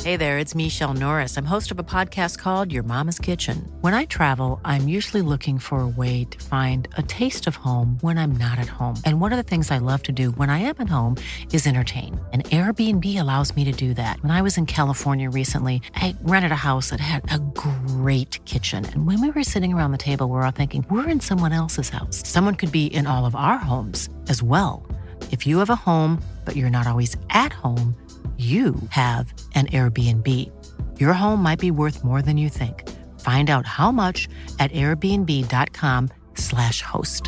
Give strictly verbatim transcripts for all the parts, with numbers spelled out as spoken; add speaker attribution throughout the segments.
Speaker 1: Hey there, it's Michelle Norris. I'm host of a podcast called Your Mama's Kitchen. When I travel, I'm usually looking for a way to find a taste of home when I'm not at home. And one of the things I love to do when I am at home is entertain. And Airbnb allows me to do that. When I was in California recently, I rented a house that had a great kitchen. And when we were sitting around the table, we were all thinking, we're in someone else's house. Someone could be in all of our homes as well. If you have a home, but you're not always at home, you have an Airbnb. Your home might be worth more than you think. Find out how much at airbnb.com slash host.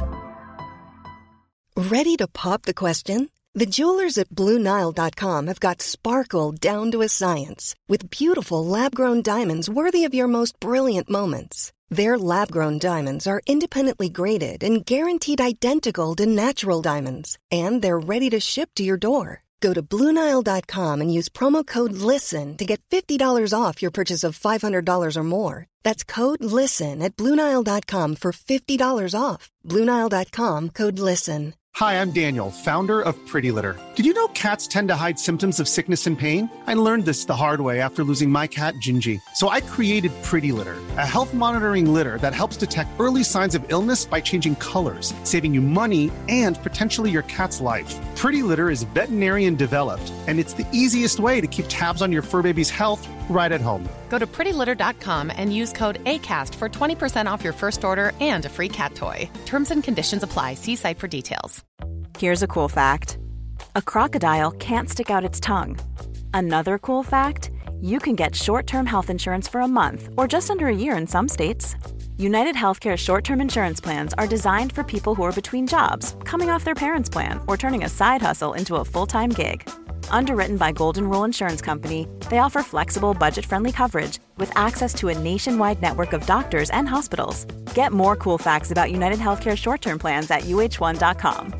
Speaker 2: Ready to pop the question? The jewelers at Blue Nile dot com have got sparkle down to a science with beautiful lab-grown diamonds worthy of your most brilliant moments. Their lab-grown diamonds are independently graded and guaranteed identical to natural diamonds, and they're ready to ship to your door. Go to Blue Nile dot com and use promo code LISTEN to get fifty dollars off your purchase of five hundred dollars or more. That's code LISTEN at Blue Nile dot com for fifty dollars off. Blue Nile dot com, code LISTEN.
Speaker 3: Hi, I'm Daniel, founder of Pretty Litter. Did you know cats tend to hide symptoms of sickness and pain? I learned this the hard way after losing my cat, Gingy. So I created Pretty Litter, a health monitoring litter that helps detect early signs of illness by changing colors, saving you money and potentially your cat's life. Pretty Litter is veterinarian developed, and it's the easiest way to keep tabs on your fur baby's health right at home.
Speaker 4: Go to pretty litter dot com and use code ACAST for twenty percent off your first order and a free cat toy. Terms and conditions apply. See site for details.
Speaker 5: Here's a cool fact. A crocodile can't stick out its tongue. Another cool fact, you can get short-term health insurance for a month or just under a year in some states. United Healthcare short-term insurance plans are designed for people who are between jobs, coming off their parents' plan, or turning a side hustle into a full-time gig. Underwritten by Golden Rule Insurance Company, they offer flexible, budget-friendly coverage with access to a nationwide network of doctors and hospitals. Get more cool facts about United Healthcare short-term plans at U H one dot com.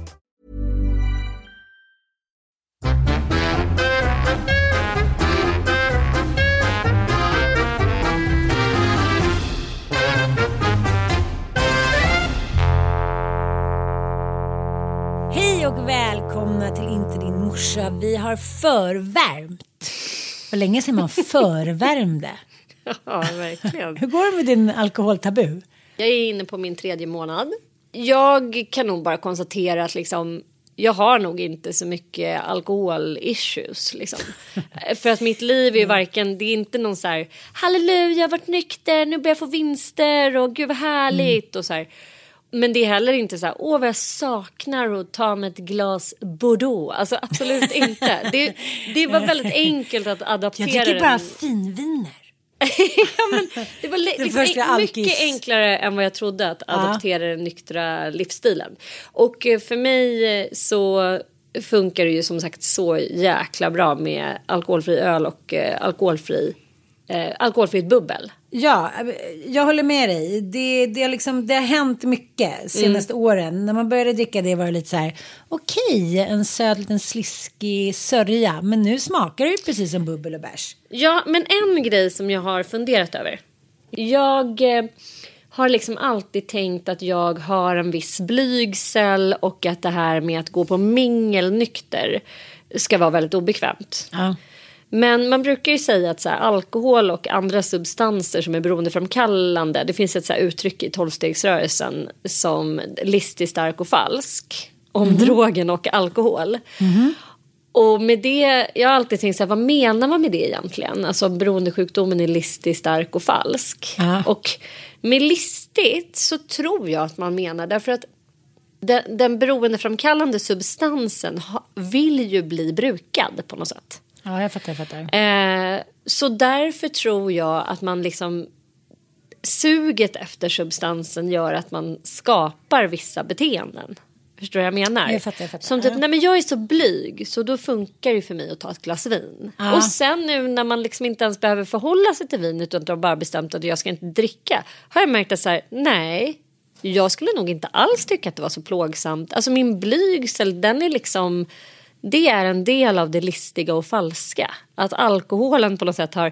Speaker 6: Hej och välkomna till Inte din morsa. Vi har förvärmt. Hur länge sedan man förvärmde?
Speaker 7: Ja, verkligen.
Speaker 6: Hur går det med din alkoholtabu?
Speaker 7: Jag är inne på min tredje månad. Jag kan nog bara konstatera att liksom, jag har nog inte så mycket alkoholissues. Liksom. För att mitt liv är ju varken, det är inte någon så här, halleluja, jag har varit nykter, nu börjar jag få vinster och gud vad härligt. Mm. Och så här. Men det är heller inte så här, åh vad jag saknar att ta med ett glas Bordeaux. Alltså absolut inte. Det, det var väldigt enkelt att adaptera.
Speaker 6: Jag tycker bara
Speaker 7: den.
Speaker 6: finviner.
Speaker 7: Ja, men det var, le- det var mycket enklare än vad jag trodde att adaptera ja. den nyktra livsstilen. Och för mig så funkar det ju som sagt så jäkla bra med alkoholfri öl och eh, alkoholfri eh, alkoholfritt bubbel.
Speaker 6: Ja, jag håller med dig. Det, det, har, liksom, det har hänt mycket senaste mm. åren. När man började dricka det var det lite så här, okej, en söt liten sliskig sörja. Men nu smakar det ju precis som bubbel och bärs.
Speaker 7: Ja, men en grej som jag har funderat över. Jag eh, har liksom alltid tänkt att jag har en viss blygsel och att det här med att gå på mingel nykter ska vara väldigt obekvämt. Ja. Men man brukar ju säga att så här, alkohol och andra substanser som är beroendeframkallande, det finns ett så här uttryck i tolvstegsrörelsen som listig, stark och falsk om mm. drogen och alkohol. Mm. Och med det, jag har alltid tänkt så här, vad menar man med det egentligen? Alltså beroendesjukdomen är listig, stark och falsk. Ja. Och med listigt så tror jag att man menar, därför att den, den beroendeframkallande substansen ha, vill ju bli brukad på något sätt.
Speaker 6: Ja, jag fattar, jag fattar.
Speaker 7: Eh, så därför tror jag att man liksom suget efter substansen gör att man skapar vissa beteenden. Förstår du vad jag menar?
Speaker 6: Jag fattar, jag fattar.
Speaker 7: Som typ, nej men jag är så blyg så då funkar det för mig att ta ett glas vin. Ja. Och sen nu när man liksom inte ens behöver förhålla sig till vin utan har bara bestämt att jag ska inte dricka, har jag märkt att så här, nej, jag skulle nog inte alls tycka att det var så plågsamt. Alltså min blygsel, den är liksom, det är en del av det listiga och falska. Att alkoholen på något sätt har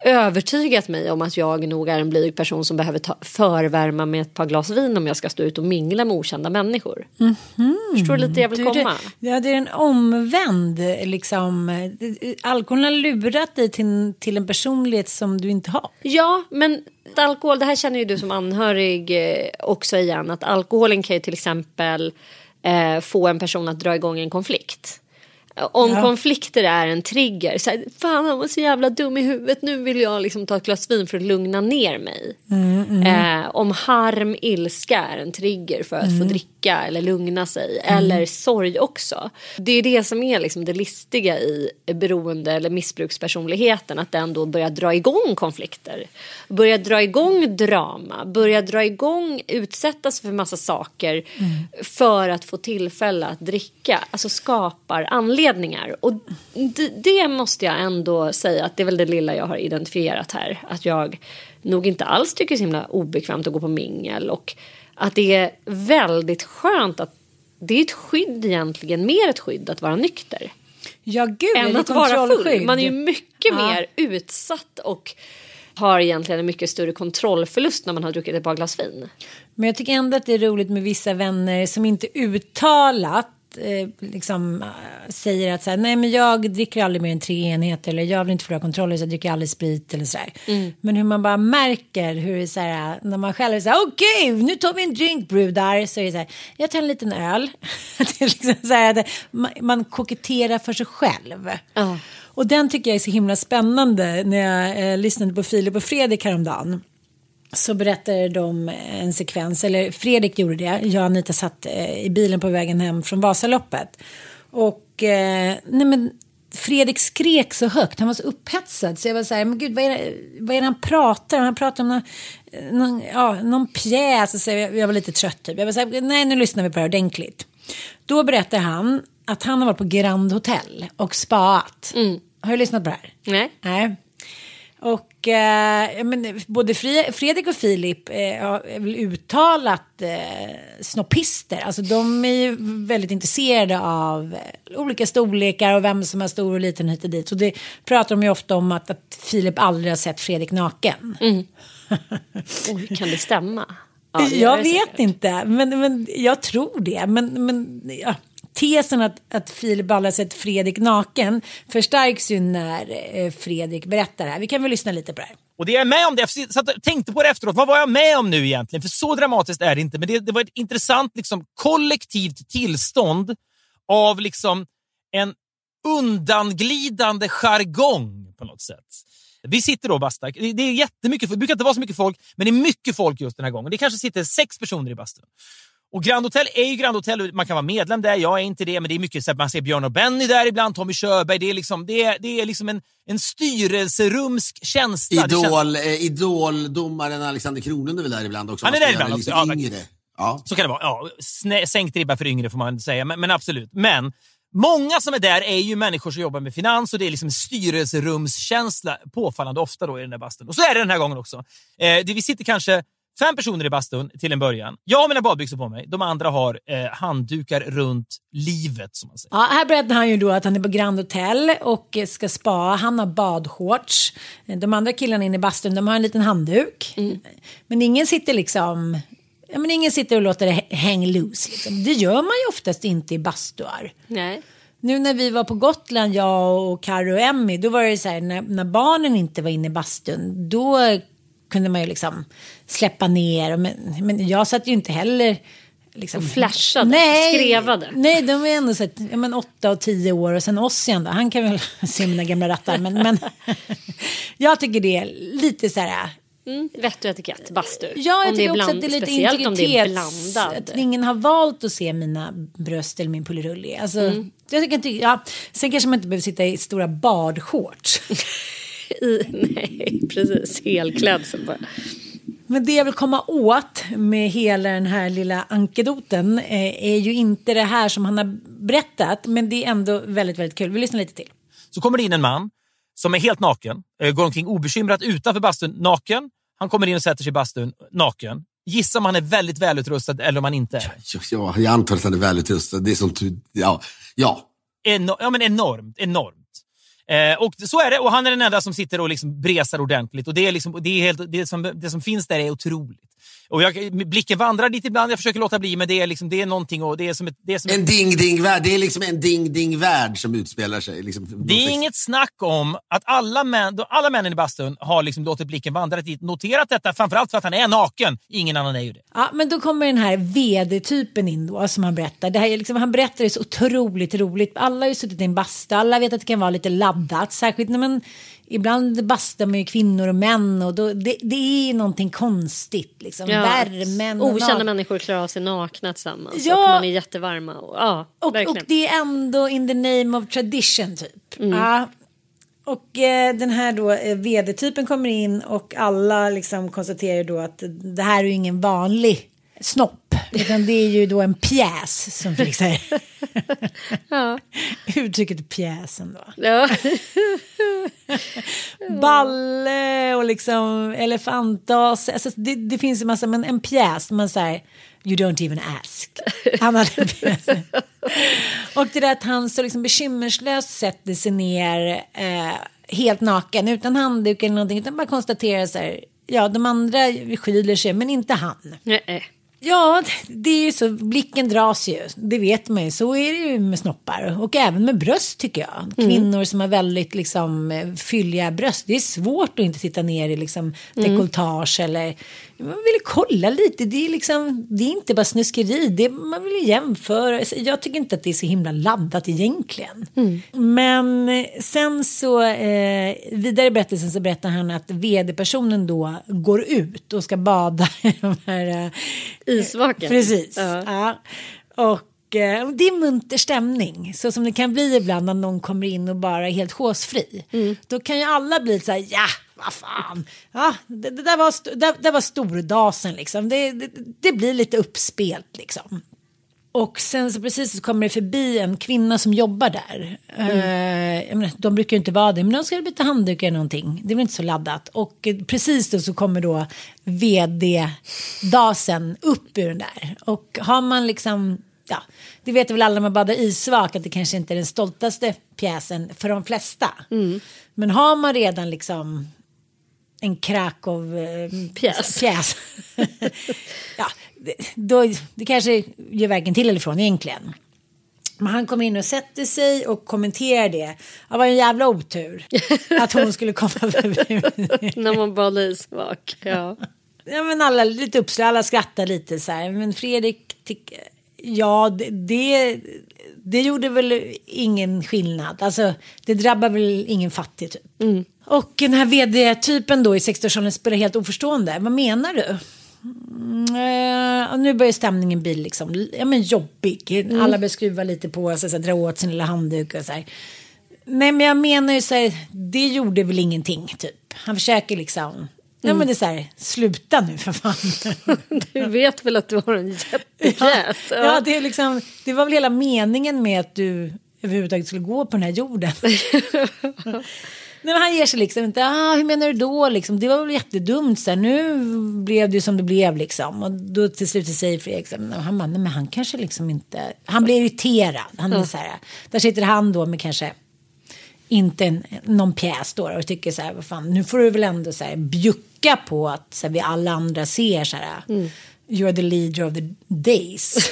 Speaker 7: övertygat mig om att jag nog är en blyg person som behöver ta förvärma med ett par glas vin om jag ska stå ut och mingla med okända människor. Mm-hmm. Förstår du lite jag vill du, komma?
Speaker 6: Det, ja, det är en omvänd liksom. Alkoholen har lurat dig till, till en personlighet som du inte har.
Speaker 7: Ja, men alkohol, det här känner ju du som anhörig eh, också igen. Att alkoholen kan ju till exempel eh, få en person att dra igång en konflikt. Om ja. konflikter är en trigger så här, fan han var så jävla dum i huvudet, nu vill jag liksom ta ett glas vin för att lugna ner mig. Mm, mm. Eh, om harm, ilska är en trigger för att mm. få dricka eller lugna sig. Mm. Eller sorg också. Det är det som är liksom det listiga i beroende eller missbrukspersonligheten, att den då börjar dra igång konflikter, börjar dra igång drama, börjar dra igång, utsättas för massa saker mm. för att få tillfälle att dricka. Alltså skapar anledningar. Och det, det måste jag ändå säga att det är väl det lilla jag har identifierat här. Att jag nog inte alls tycker det är så himla obekvämt att gå på mingel. Och att det är väldigt skönt att det är ett skydd egentligen, mer ett skydd att vara nykter.
Speaker 6: Ja, gud,
Speaker 7: än att vara full. Man är ju mycket ja. mer utsatt och har egentligen en mycket större kontrollförlust när man har druckit ett par glas vin.
Speaker 6: Men jag tycker ändå att det är roligt med vissa vänner som inte uttalat Eh, liksom äh, säger att så här, nej men jag dricker aldrig mer än tre enheter eller jag vill inte förlora kontroll så jag dricker aldrig sprit eller sådär. Mm. Men hur man bara märker hur det är så här, när man själv är så här, okej okay, nu tar vi en drink brudar, så är det så här, jag tar en liten öl. Det är liksom så här, man, man koketterar för sig själv. Uh. Och den tycker jag är så himla spännande när jag eh, lyssnade på Filip och Fredrik häromdagen. Så berättade de en sekvens, eller Fredrik gjorde det. Jag och Anita satt i bilen på vägen hem från Vasaloppet. Och eh, nej men Fredrik skrek så högt, han var så upphetsad. Så jag var så här, men gud vad är det, vad är det han pratar om? Han pratar om någon, någon, ja, någon pjäs. Och så jag, jag var lite trött typ. Jag var så här, nej nu lyssnar vi på det ordentligt. Då berättade han att han har varit på Grand Hotel och spaat. Mm. Har du lyssnat på det här?
Speaker 7: Nej.
Speaker 6: Nej. Och eh, men, både Fredrik och Filip eh, har väl uttalat eh, snoppister. Alltså de är ju väldigt intresserade av eh, olika storlekar och vem som är stor och liten hit och dit. Och det pratar de ju ofta om att, att Filip aldrig har sett Fredrik naken.
Speaker 7: Mm. Oj, kan det stämma?
Speaker 6: Ja, det jag vet säkert. Inte, men, men jag tror det. Men, men ja. Tesen att, att Filip aldrig har sett Fredrik naken förstärks ju när eh, Fredrik berättar det här. Vi kan väl lyssna lite på det här.
Speaker 8: Och det är jag med om det. Jag satt och tänkte på det efteråt. Vad var jag med om nu egentligen? För så dramatiskt är det inte. Men det, det var ett intressant liksom, kollektivt tillstånd av liksom, en undanglidande jargong på något sätt. Vi sitter då, Basta. Det är jättemycket folk. Det brukar inte vara så mycket folk, men det är mycket folk just den här gången. Det kanske sitter sex personer i bastun. Och Grand Hotel är ju Grand Hotel, man kan vara medlem där, jag är inte det, men det är mycket så att man ser Björn och Benny där ibland, Tommy Körberg, det är liksom, det är, det är liksom en, en styrelserumsk känsla.
Speaker 9: Idol, eh, idoldomaren Alexander Kronlund är väl där ibland också.
Speaker 8: Han är där ibland också,
Speaker 9: liksom ja, ja.
Speaker 8: Så kan det vara, ja, snä, sänkt ribba för yngre får man säga, men, men absolut. Men många som är där är ju människor som jobbar med finans och det är liksom en styrelserumskänsla påfallande ofta då i den där bastun. Och så är det den här gången också. Eh, det, vi sitter kanske fem personer i bastun till en början. Jag har mina badbyxor på mig. De andra har eh, handdukar runt livet som man säger.
Speaker 6: Ja, här berättar han ju då att han är på Grand Hotel och ska spa. Han har badshorts. De andra killarna inne i bastun, de har en liten handduk. Mm. Men ingen sitter liksom... Ja, men ingen sitter och låter det hang loose. Liksom. Det gör man ju oftast inte i bastuar.
Speaker 7: Nej.
Speaker 6: Nu när vi var på Gotland, jag och Karo och Emmy, då var det så här, när, när barnen inte var inne i bastun, då kunde man ju liksom släppa ner. Men, men jag satt ju inte heller... Liksom,
Speaker 7: och flashade, nej, skrevade.
Speaker 6: Nej, de är ändå så att, ja, men åtta och tio år och sen Ossian då. Han kan väl se mina gamla rattar. Men, men jag tycker det är lite så här...
Speaker 7: Mm, vett och etikett, bastu.
Speaker 6: Ja, jag
Speaker 7: om
Speaker 6: tycker
Speaker 7: också
Speaker 6: bland, att det är lite integritets... Att ingen har valt att se mina bröst eller min polyrulli. Alltså, mm. jag tycker inte... Ja, sen kanske man inte behöver sitta i stora badshorts.
Speaker 7: I, nej, precis. Helklädsel bara.
Speaker 6: Men det jag vill komma åt med hela den här lilla ankedoten eh, är ju inte det här som han har berättat. Men det är ändå väldigt, väldigt kul. Vi lyssnar lite till.
Speaker 8: Så kommer det in en man som är helt naken. Går omkring obekymrat utanför bastun naken. Han kommer in och sätter sig i bastun naken. Gissa om han är väldigt välutrustad eller om han inte är.
Speaker 9: Ja, jag antar att han är välutrustad. Det är som... Ja, ja.
Speaker 8: Eno- ja, men enormt, enormt. Eh, och så är det, och han är den enda som sitter och liksom bresar ordentligt. Och det är liksom, det är helt, det som, det som finns där är otroligt. Och jag, blicken vandrar dit ibland, jag försöker låta bli, men det är liksom, det är någonting, och det är som ett, det är som
Speaker 9: en
Speaker 8: ett...
Speaker 9: ding-ding-värld, det är liksom en ding-ding-värld som utspelar sig. Liksom,
Speaker 8: det är inget snack om att alla, män, alla männen i bastun har liksom låtit blicken vandra dit, noterat detta, framförallt för att han är naken, ingen annan är ju det.
Speaker 6: Ja, men då kommer den här vd-typen in då, som han berättar. Det här är liksom, han berättar det så otroligt roligt. Alla har ju suttit i en basta, alla vet att det kan vara lite laddat, särskilt när man ibland bastar med kvinnor och män, och då, det, det är någonting konstigt liksom.
Speaker 7: Ja.
Speaker 6: Värmen och
Speaker 7: okända
Speaker 6: nak-
Speaker 7: människor klarar sig nakna tillsammans,
Speaker 6: ja.
Speaker 7: och man är jättevarma och, ja,
Speaker 6: och, och det är ändå in the name of tradition typ.
Speaker 7: Mm.
Speaker 6: Ja. Och eh, den här då eh, vd-typen kommer in, och alla liksom konstaterar då att det här är ju ingen vanlig snopp, utan det är ju då en pjäs, som Fredrik säger.
Speaker 7: Ja.
Speaker 6: Uttrycket pjäsen då.
Speaker 7: Ja.
Speaker 6: Balle och liksom elefantas. Alltså det, det finns en massa, men en pjäs, man säger you don't even ask. Han hade en pjäs. Och det där att han så liksom bekymmerslöst sätter sig ner eh, helt naken, utan handduk eller någonting, utan bara konstaterar så här, ja, de andra skyler sig, men inte han.
Speaker 7: Nej.
Speaker 6: Ja, det är ju så, blicken dras ju, det vet man ju, så är det ju med snoppar, och även med bröst tycker jag. Kvinnor mm. som har väldigt liksom fylliga bröst, det är svårt att inte titta ner i liksom dekoltage mm. eller man vill kolla lite, det är liksom, det är inte bara snuskeri, det är, man vill jämföra. Jag tycker inte att det är så himla laddat egentligen. Mm. Men sen så eh, vidare i berättelsen så berättar han att vd-personen då går ut och ska bada i de här eh,
Speaker 7: isvaken.
Speaker 6: Precis.
Speaker 7: Uh-huh.
Speaker 6: Ja. Och eh, det är munter stämning, så som det kan bli ibland när någon kommer in och bara är helt håsfri. Mm. Då kan ju alla bli så här, ja, vad fan. Ja, det, det där var st- det, det var stordasen liksom. Det, det, det blir lite uppspelt liksom. Och sen så precis så kommer det förbi en kvinna som jobbar där. Mm. Uh, jag menar, de brukar ju inte vara det, men de ska byta handdukar eller någonting. Det blir inte så laddat. Och uh, precis då så kommer då vd-dasen upp ur den där. Och har man liksom, ja, det vet väl alla när man badar isvak att det kanske inte är den stoltaste pjäsen för de flesta. Mm. Men har man redan liksom en Krakow-pjäs. Pjäs. Ja, det, då, det kanske gör vägen till eller från egentligen. Men han kom in och sätter sig och kommenterar det. Det var en jävla otur att hon skulle komma förbi.
Speaker 7: När man badar isvak, ja.
Speaker 6: Ja, men alla lite uppslä, alla skrattar lite så här. Men Fredrik tycker, ja, det, det, det gjorde väl ingen skillnad. Alltså, det drabbar väl ingen fattig typ. Mm. Och den här vd-typen då i sextioårsåldern spelar helt oförstående. Vad menar du? Mm, och nu börjar stämningen bli liksom, ja, men jobbig. Mm. Alla börjar skruva lite på sig, så dra åt sin lilla handduk och så här. Nej, men jag menar ju så här, det gjorde väl ingenting typ. Han försöker liksom, mm. ja men det är så här, sluta nu för fan.
Speaker 7: Du vet väl att du har en jättepjäs.
Speaker 6: Ja, ja, det är liksom, det var väl hela meningen med att du överhuvudtaget skulle gå på den här jorden. Nej, men han ger sig liksom inte, ah, hur menar du då liksom? Det var väl jättedumt så här, nu blev det som det blev liksom. Och då till slut säger Fredrik så här, han bara, nej, men han kanske liksom inte, han blir irriterad. Han är så här, där sitter han då med kanske inte en, någon pjäs då och tycker så här, vad fan, nu får du väl ändå så här bjucka på att så här, vi alla andra ser så här, mm. you're the leader of the days.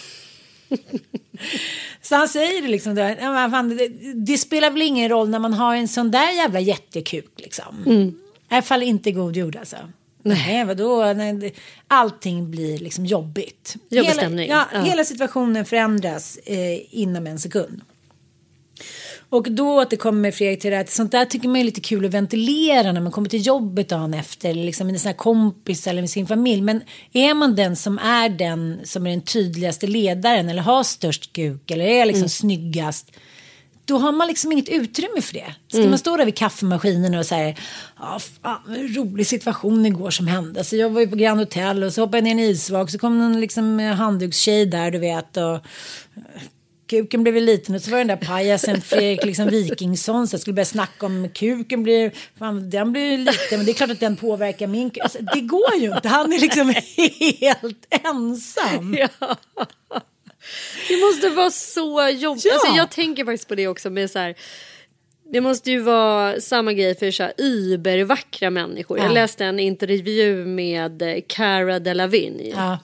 Speaker 6: Så han säger det liksom, det, fan, det, det spelar väl ingen roll när man har en sån där jävla jättekuk liksom. Mm. I alla fall inte god jord alltså. Nej, vadå? Nej, allting blir liksom jobbigt.
Speaker 7: Jobbig
Speaker 6: hela,
Speaker 7: stämning.
Speaker 6: ja,
Speaker 7: ja.
Speaker 6: Hela situationen förändras eh, inom en sekund. Och då återkommer Fredrik till det att sånt där tycker man är lite kul att ventilera när man kommer till jobbet dagen efter, eller liksom med sina kompisar eller med sin familj. Men är man den som är den som är den tydligaste ledaren eller har störst kuk eller är liksom mm. snyggast, då har man liksom inget utrymme för det. Ska mm. man stå där vid kaffemaskinen och säga, ja, fan, en rolig situation igår som hände. Så jag var ju på Grand Hotel och så hoppade jag ner i en isvak, så kom en liksom handdukstjej där, du vet, och kuken blev liten och så var den där pajasen Fredrik liksom Wikingsson, så jag skulle börja snacka om kuken blir, fan, den blir liten, men det är klart att den påverkar min kuk. Alltså, det går ju inte, han är liksom helt ensam.
Speaker 7: Ja. Det måste vara så jobbigt.
Speaker 6: Ja.
Speaker 7: Alltså, jag tänker faktiskt på det också med så här, Det måste ju vara samma grej för så här übervackra människor. Ja. Jag läste en intervju med Cara Delevingne. Ja.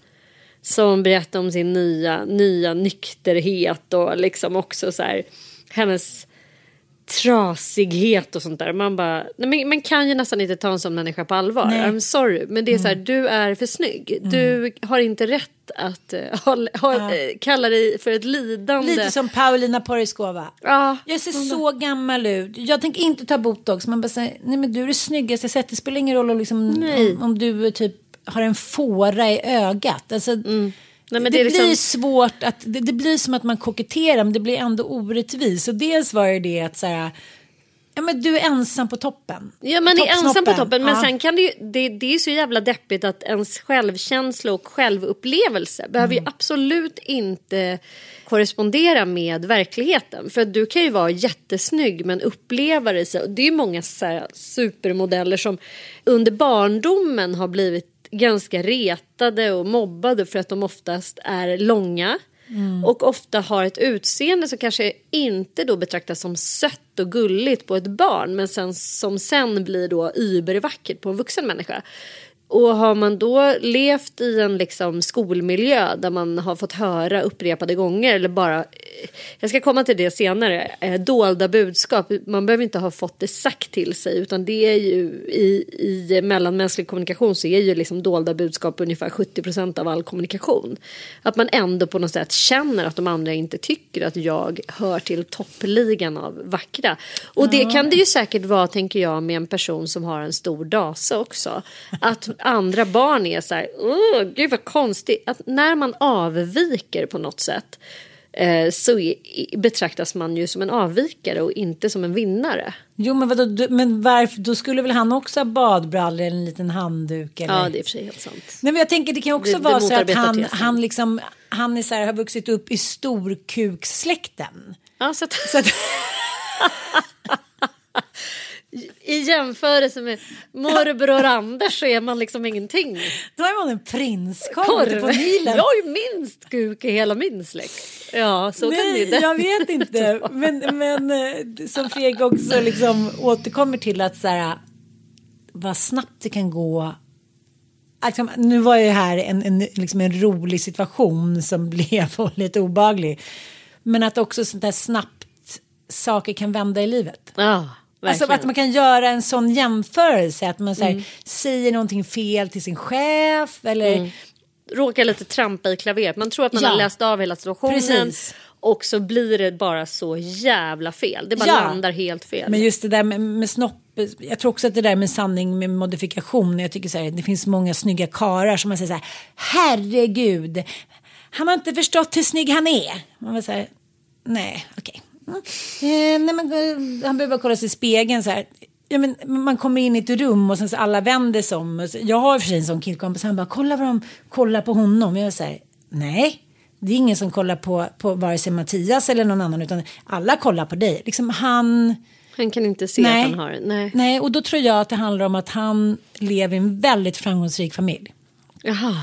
Speaker 7: Som berättade om sin nya, nya nykterhet och liksom också så här, hennes trasighet och sånt där. Man bara, nej, men man kan ju nästan inte ta en sån människa på allvar. Nej. I'm sorry, men det är så här, mm. du är för snygg. Mm. Du har inte rätt att uh, ha, ha, ja. uh, kalla dig för ett lidande.
Speaker 6: Lite som Paulina Porizkova.
Speaker 7: Ja.
Speaker 6: Jag ser så gammal ut. Jag tänker inte ta botox. Man bara säger, nej men du är det snyggaste jag sett. Det spelar ingen roll om, liksom, om, om du typ har en fåra i ögat. Alltså, mm. Nej, men det, det liksom... blir svårt att det, det blir som att man koketterar, men det blir ändå orättvis. Och dels var det att så här, ja men du är ensam på toppen.
Speaker 7: Ja, man är ensam på toppen, men ja. Sen kan det ju det, det är så jävla deppigt att ens självkänsla och självupplevelse mm. behöver ju absolut inte korrespondera med verkligheten. För att du kan ju vara jättesnygg men uppleva det så. Det är ju många så här supermodeller som under barndomen har blivit ganska retade och mobbade för att de oftast är långa mm. och ofta har ett utseende som kanske inte då betraktas som sött och gulligt på ett barn, men sen, som sen blir då übervackert på en vuxen människa. Och har man då levt i en liksom skolmiljö där man har fått höra upprepade gånger eller bara, jag ska komma till det senare, eh, dolda budskap, man behöver inte ha fått det sagt till sig, utan det är ju i, i mellanmänsklig kommunikation så är ju liksom dolda budskap ungefär sjuttio procent av all kommunikation. Att man ändå på något sätt känner att de andra inte tycker att jag hör till toppligan av vackra. Och det kan det ju säkert vara, tänker jag, med en person som har en stor dase också. Att andra barn är så här, åh, gud vad konstigt. Att när man avviker på något sätt eh, så är, betraktas man ju som en avvikare och inte som en vinnare.
Speaker 6: Jo, men vadå, du, men varför, då skulle väl han också ha badbrallor eller en liten handduk? Eller?
Speaker 7: Ja, det är för sig helt sant.
Speaker 6: Nej, men jag tänker det kan också det, vara det så att han, han, liksom, han är så här, har vuxit upp i storkuksläkten.
Speaker 7: Ja, så att...
Speaker 6: Så att...
Speaker 7: I jämförelse med morbror Anders så är man liksom ingenting.
Speaker 6: Då är man en prinskorv på Nilen.
Speaker 7: Jag har ju minst kuk i hela min släkt. Ja, så
Speaker 6: Nej,
Speaker 7: kan det.
Speaker 6: Jag vet inte. Men, men som Fredrik också liksom återkommer till att så här, vad snabbt det kan gå. Alltså, nu var ju här en, en, liksom en rolig situation som blev lite obehaglig. Men att också sånt där snabbt saker kan vända i livet.
Speaker 7: Ja.
Speaker 6: Alltså att man kan göra en sån jämförelse. Att man så här, mm. säger någonting fel till sin chef. Eller... Mm.
Speaker 7: Råkar lite trampa i klaveret. Man tror att man ja. har läst av hela situationen. Precis. Och så blir det bara så jävla fel. Det bara ja. landar helt fel.
Speaker 6: Men just det där med, med snopp. Jag tror också att det där med sanning med modifikation. Jag tycker så här, det finns många snygga karar som man säger så här, herregud. Han har inte förstått hur snygg han är. Man vill säga, nej, okej. Okay. Mm. Eh, nej, men, han behöver kolla sig i spegeln så här. Ja, men, man kommer in i ett rum och sen så alla vänder sig om. Jag har för sig en sån killkompis. Han bara, kolla vad de kollar på honom. Jag säger, nej. Det är ingen som kollar på, på vare sig Mattias eller någon annan. Utan alla kollar på dig. Liksom han...
Speaker 7: Han kan inte se nej, att han har nej.
Speaker 6: nej, och då tror jag att det handlar om att han lever i en väldigt framgångsrik familj.
Speaker 7: Jaha.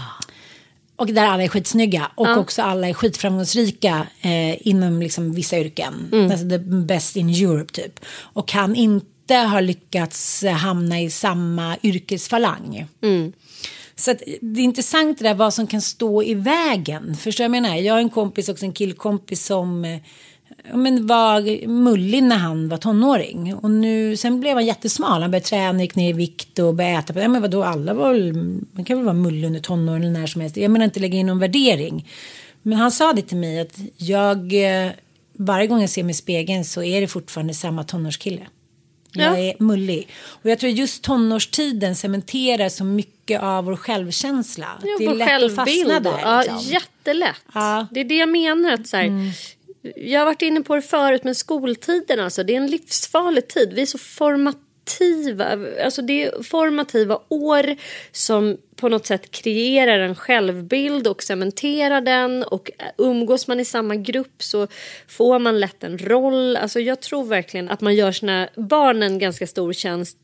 Speaker 6: Och där alla är skitsnygga. Och ja. också alla är skitframgångsrika eh, inom liksom vissa yrken. Mm. Alltså the best in Europe typ. Och han inte har lyckats hamna i samma yrkesfalang.
Speaker 7: Mm.
Speaker 6: Så att det är intressant det där vad som kan stå i vägen. Förstår jag menar? Jag har en kompis, också en killkompis som eh, men var mullig när han var tonåring. Och nu, sen blev han jättesmal. Han började träna, gick ner i vikt och började äta. Ja, men vadå, alla var man kan väl vara mullig under tonåren eller när som helst. Jag menar inte lägga in någon värdering. Men han sa det till mig att jag, varje gång jag ser mig i spegeln så är det fortfarande samma tonårskille. Jag ja. är mullig. Och jag tror just tonårstiden cementerar så mycket av vår självkänsla.
Speaker 7: Ja,
Speaker 6: det är lätt självbild. Att fastna där.
Speaker 7: Ja, liksom. Jättelätt. Ja. Det är det jag menar. Att så här, mm. Jag har varit inne på det förut med skoltiden. Alltså, det är en livsfarlig tid. Vi är så formativa. Alltså, det är formativa år som på något sätt kreerar en självbild och cementerar den. Och umgås man i samma grupp så får man lätt en roll. Alltså, jag tror verkligen att man gör sina barn en ganska stor tjänst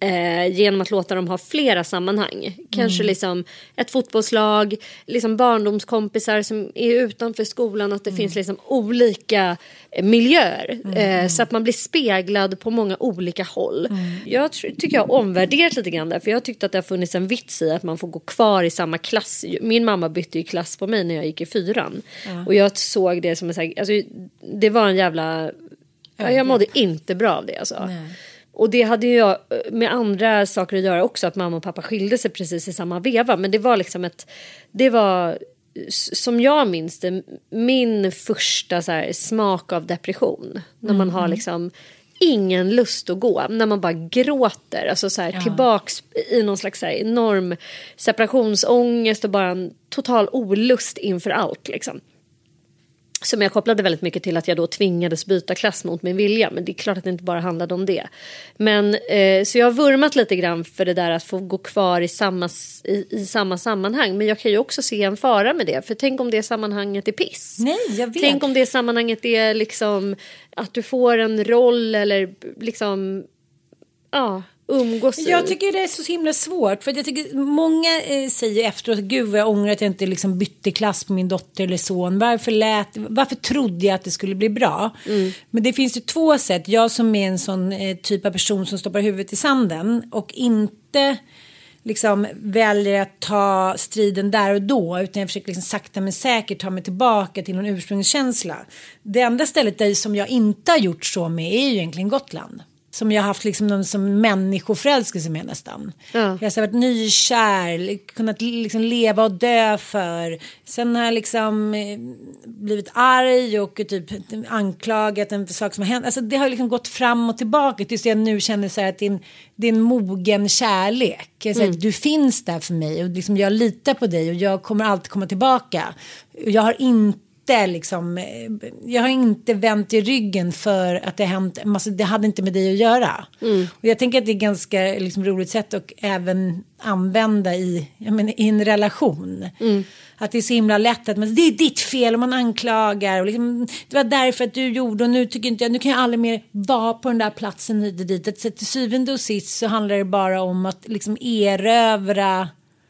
Speaker 7: Eh, genom att låta dem ha flera sammanhang. Kanske mm. liksom ett fotbollslag, liksom barndomskompisar som är utanför skolan, att det mm. finns liksom olika eh, miljöer. Mm. Eh, så att man blir speglad på många olika håll. Mm. Jag tr- tycker jag har omvärderat lite grann där, för jag tyckte att det har funnits en vits i att man får gå kvar i samma klass. Min mamma bytte ju klass på mig när jag gick i fyran. Mm. Och jag såg det som en så här, alltså, det var en jävla... Ja, jag mådde inte bra av det alltså. Nej. Och det hade ju jag med andra saker att göra också, att mamma och pappa skilde sig precis i samma veva. Men det var liksom ett, det var som jag minns det, min första så här, smak av depression. Mm. När man har liksom ingen lust att gå, när man bara gråter. Alltså så här, ja. tillbaks i någon slags så här, enorm separationsångest och bara en total olust inför allt liksom. Som jag kopplade väldigt mycket till att jag då tvingades byta klass mot min vilja. Men det är klart att det inte bara handlade om det. Men eh, så jag har vurmat lite grann för det där att få gå kvar i samma, i, i samma sammanhang. Men jag kan ju också se en fara med det. För tänk om det sammanhanget är piss.
Speaker 6: Nej, jag vet.
Speaker 7: Tänk om det sammanhanget är liksom att du får en roll eller liksom... Ja... umgås i.
Speaker 6: Jag tycker det är så himla svårt, för jag tycker många eh, säger efteråt, gud vad jag ångrar att jag inte liksom bytte klass med min dotter eller son. Varför lät, varför trodde jag att det skulle bli bra? Mm. Men det finns ju två sätt. Jag som är en sån eh, typ av person som stoppar huvudet i sanden och inte liksom väljer att ta striden där och då, utan jag försöker liksom sakta men säkert ta mig tillbaka till någon ursprungskänsla. Det enda stället där som jag inte har gjort så med är ju egentligen Gotland. Som jag har haft liksom någon som människoförälskelse med nästan. Ja. Jag har varit nykär, kunnat liksom leva och dö för. Sen har jag liksom blivit arg och typ anklagat en sak som har hänt. Alltså det har liksom gått fram och tillbaka tills jag nu känner så här att det är en, det är en mogen kärlek. Jag säger, mm. Du finns där för mig och liksom jag litar på dig och jag kommer alltid komma tillbaka. Jag har inte Liksom, jag har inte vänt i ryggen för att det har hänt, alltså, det hade inte med dig att göra. Mm. Och jag tänker att det är ganska liksom, roligt sätt att även använda i, jag menar, i en relation. Mm. Att det är så himla lätt att man, det är ditt fel och man anklagar och liksom, det var därför att du gjorde och nu tycker inte jag, nu kan jag aldrig mer vara på den där platsen hit och dit. Att till syvende och sist så handlar det bara om att liksom erövra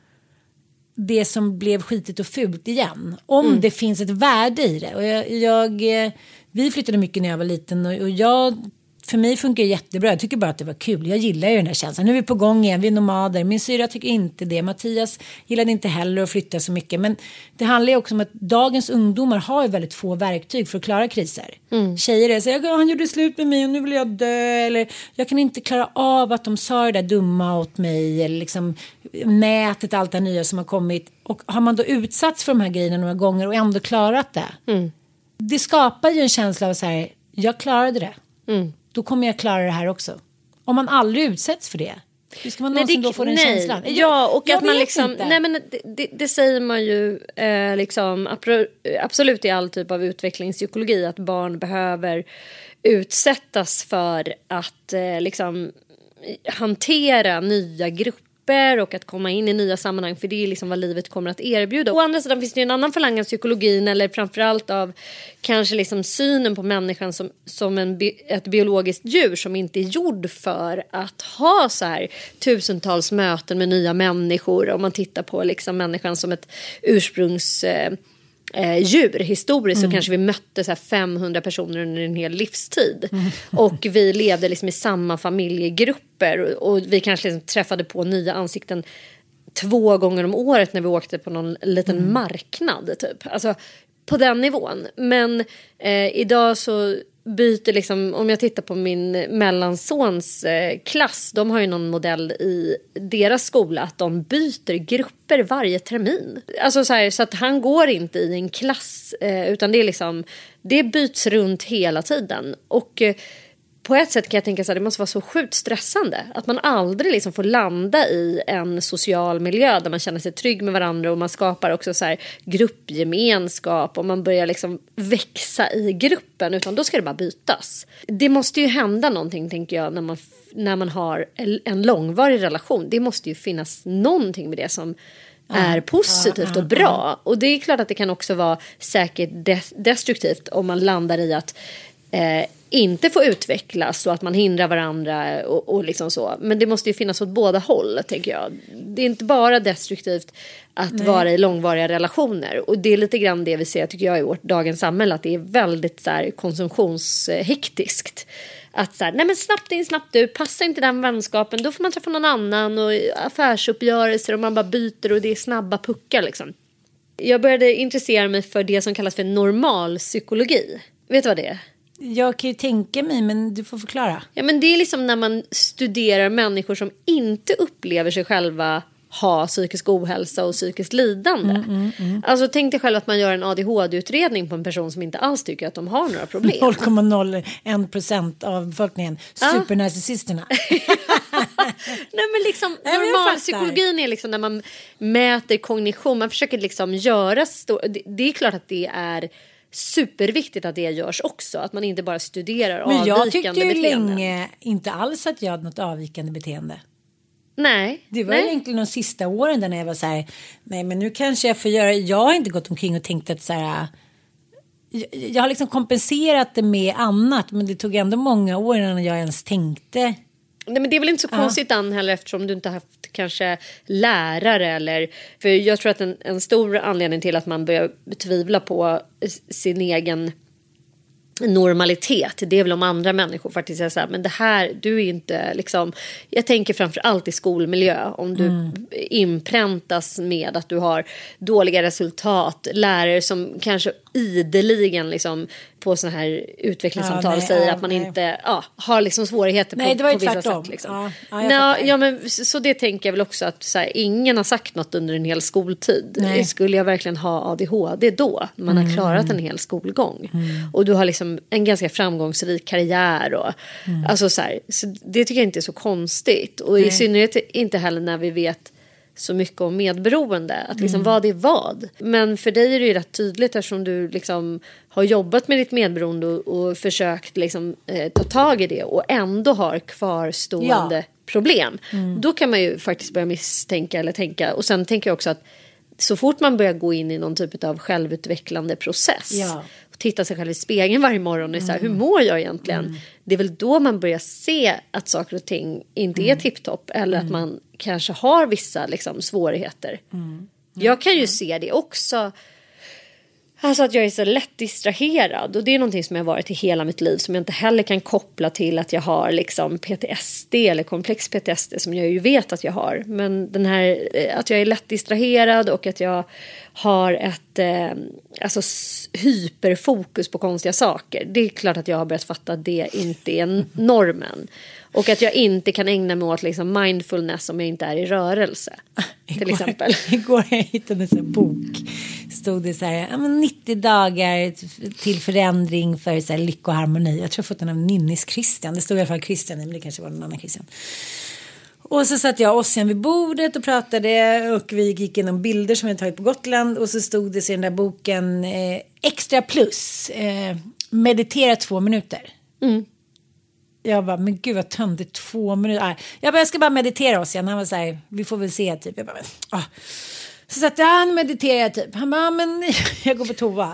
Speaker 6: det som blev skitigt och fult igen. Om mm. det finns ett värde i det. Och jag, jag, vi flyttade mycket när jag var liten. Och, och jag, för mig funkar det jättebra. Jag tycker bara att det var kul. Jag gillar ju den här känslan. Nu är vi på gång igen. Vi är nomader. Min syra tycker inte det. Mattias gillade inte heller att flytta så mycket. Men det handlar ju också om att dagens ungdomar har ju väldigt få verktyg för att klara kriser. Mm. Tjejer är så här, han gjorde slut med mig och nu vill jag dö. Eller jag kan inte klara av att de sa det där dumma åt mig. Eller liksom nätet, allt det nya som har kommit. Och har man då utsatts för de här grejerna några gånger och ändå klarat det. Mm. Det skapar ju en känsla av så här, jag klarade det. Mm. Då kommer jag klara det här också. Om man aldrig utsätts för det. Hur ska man någonsin då få den
Speaker 7: nej.
Speaker 6: känslan? Jag,
Speaker 7: ja, och att man liksom...
Speaker 6: Inte.
Speaker 7: Nej, men det, det, det säger man ju eh, liksom absolut i all typ av utvecklingspsykologi. Att barn behöver utsättas för att eh, liksom hantera nya grupper och att komma in i nya sammanhang, för det är liksom vad livet kommer att erbjuda. Å andra sidan finns det ju en annan falang av psykologin, eller framförallt av kanske liksom synen på människan som, som en, ett biologiskt djur som inte är gjord för att ha så här tusentals möten med nya människor. Om man tittar på liksom människan som ett ursprungs... Eh, Eh, djur historiskt mm. så kanske vi mötte så här femhundra personer under en hel livstid mm. och vi levde liksom i samma familjegrupper och, och vi kanske liksom träffade på nya ansikten två gånger om året när vi åkte på någon liten mm. marknad typ, alltså på den nivån. Men eh, idag så byter liksom, om jag tittar på min mellansons eh, klass, de har ju någon modell i deras skola att de byter grupper varje termin. Alltså så här, så att han går inte i en klass eh, utan det är liksom, det byts runt hela tiden. Och eh, på ett sätt kan jag tänka så här, det måste vara så sjukt stressande att man aldrig liksom får landa i en social miljö där man känner sig trygg med varandra och man skapar också så här gruppgemenskap och man börjar liksom växa i gruppen, utan då ska det bara bytas. Det måste ju hända någonting, tänker jag, när man, när man har en långvarig relation. Det måste ju finnas någonting med det som är positivt och bra. Och det är klart att det kan också vara säkert destruktivt om man landar i att eh, inte får utvecklas och att man hindrar varandra och, och liksom så. Men det måste ju finnas åt båda håll, tänker jag. Det är inte bara destruktivt att Nej. vara i långvariga relationer. Och det är lite grann det vi ser, tycker jag, i vårt dagens samhälle. Att det är väldigt så här, konsumtionshektiskt. Att så här, nej men snabbt in, snabbt ut. Passar inte den vänskapen, då får man träffa någon annan. Och affärsuppgörelser och man bara byter och det är snabba puckar liksom. Jag började intressera mig för det som kallas för normal psykologi. Vet du vad det är?
Speaker 6: Jag kan ju tänka mig, men du får förklara.
Speaker 7: Ja, men det är liksom när man studerar människor som inte upplever sig själva ha psykisk ohälsa och psykiskt lidande. Mm, mm, mm. Alltså tänk dig själv att man gör en A D H D-utredning på en person som inte alls tycker att de har några problem.
Speaker 6: noll komma noll en procent av befolkningen. Ja. Supernarcissisterna.
Speaker 7: Nej, men liksom normalpsykologin är liksom när man mäter kognition. Man försöker liksom göra... Stor... Det, det är klart att det är superviktigt att det görs också. Att man inte bara studerar
Speaker 6: men
Speaker 7: avvikande beteenden.
Speaker 6: Men jag tyckte ju länge inte alls att jag hade något avvikande beteende.
Speaker 7: Nej.
Speaker 6: Det var
Speaker 7: nej.
Speaker 6: egentligen de sista åren där när jag var så här, nej men nu kanske jag får göra, jag har inte gått omkring och tänkt att så här, jag, jag har liksom kompenserat det med annat, men det tog ändå många år innan jag ens tänkte.
Speaker 7: Nej, men det är väl inte så konstigt ja. Ann heller, eftersom du inte har haft kanske lärare eller, för jag tror att en, en stor anledning till att man börjar tvivla på sin egen normalitet, det är väl om andra människor faktiskt säger så här, men det här, du är inte liksom, jag tänker framför allt i skolmiljö, om du mm. inpräntas med att du har dåliga resultat, lärare som kanske ideligen liksom på såna här utvecklingssamtal ja, nej, säger ja, att man nej. inte ja, har liksom svårigheter
Speaker 6: nej,
Speaker 7: på,
Speaker 6: på
Speaker 7: vissa
Speaker 6: tvärtom.
Speaker 7: sätt liksom.
Speaker 6: Ja, ja,
Speaker 7: nej, ja, men så det tänker jag väl också att så här, ingen har sagt något under en hel skoltid. Nej. Skulle jag verkligen ha A D H D då? Man mm. har klarat en hel skolgång. Mm. Och du har liksom en ganska framgångsrik karriär och mm. alltså så här, så det tycker jag inte är så konstigt. Och nej. I synnerhet inte heller när vi vet så mycket om medberoende. Att liksom mm. vad är vad. Men för dig är det ju rätt tydligt eftersom du liksom har jobbat med ditt medberoende och, och försökt liksom, eh, ta tag i det och ändå har kvarstående ja. problem. Mm. Då kan man ju faktiskt börja misstänka eller tänka. Och sen tänker jag också att så fort man börjar gå in i någon typ av självutvecklande process ja. och titta sig själv i spegeln varje morgon och mm. så här, hur mår jag egentligen? Mm. Det är väl då man börjar se att saker och ting inte mm. är tipptopp eller mm. att man kanske har vissa liksom, svårigheter. Mm. Mm. Jag kan ju se det också. Alltså att jag är så lätt distraherad. Och det är någonting som jag har varit i hela mitt liv. Som jag inte heller kan koppla till att jag har liksom P T S D eller komplex P T S D. Som jag ju vet att jag har. Men den här att jag är lätt distraherad. Och att jag har ett eh, alltså, hyperfokus på konstiga saker. Det är klart att jag har börjat fatta att det inte är normen. Och att jag inte kan ägna mig åt liksom mindfulness om jag inte är i rörelse. Till
Speaker 6: igår,
Speaker 7: exempel.
Speaker 6: Igår jag hittade en bok. Stod det så här, ja, men nittio dagar till förändring för så här, lycka och harmoni. Jag tror jag fått den av Ninnis Christian. Det stod i alla fall Christian, men det kanske var någon annan Christian. Och så satt jag och Ossian vid bordet och pratade. Och vi gick igenom bilder som jag tagit på Gotland. Och så stod det i den där boken eh, extra plus. Eh, meditera två minuter. Mm. Jag bara, men gud vad töntigt, två minuter. Jag bara, jag ska bara meditera oss igen. Han var så här, vi får väl se typ. Jag bara, ah. Så satt jag, han mediterar typ. Han bara, men jag går på toa.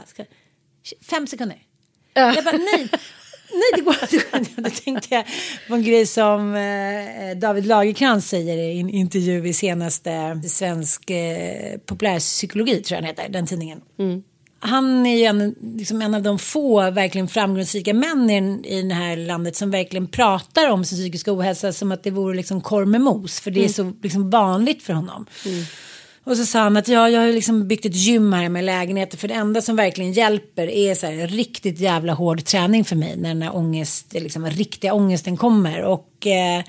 Speaker 6: Fem sekunder. Uh. Jag bara, nej. Nej, det går inte. Då tänkte jag på en grej som eh, David Lagercrantz säger i en intervju i senaste svensk eh, populärpsykologi, tror jag han heter, den tidningen. Mm. Han är ju en, liksom en av de få verkligen framgångsrika männen i det här landet som verkligen pratar om sin psykiska ohälsa som att det vore liksom korv med mos. För det är så liksom vanligt för honom. Mm. Och så sa han att ja, jag har liksom byggt ett gym här med lägenheter. För det enda som verkligen hjälper är så här riktigt jävla hård träning för mig. När den här ångest, liksom, riktiga ångesten kommer. Och eh,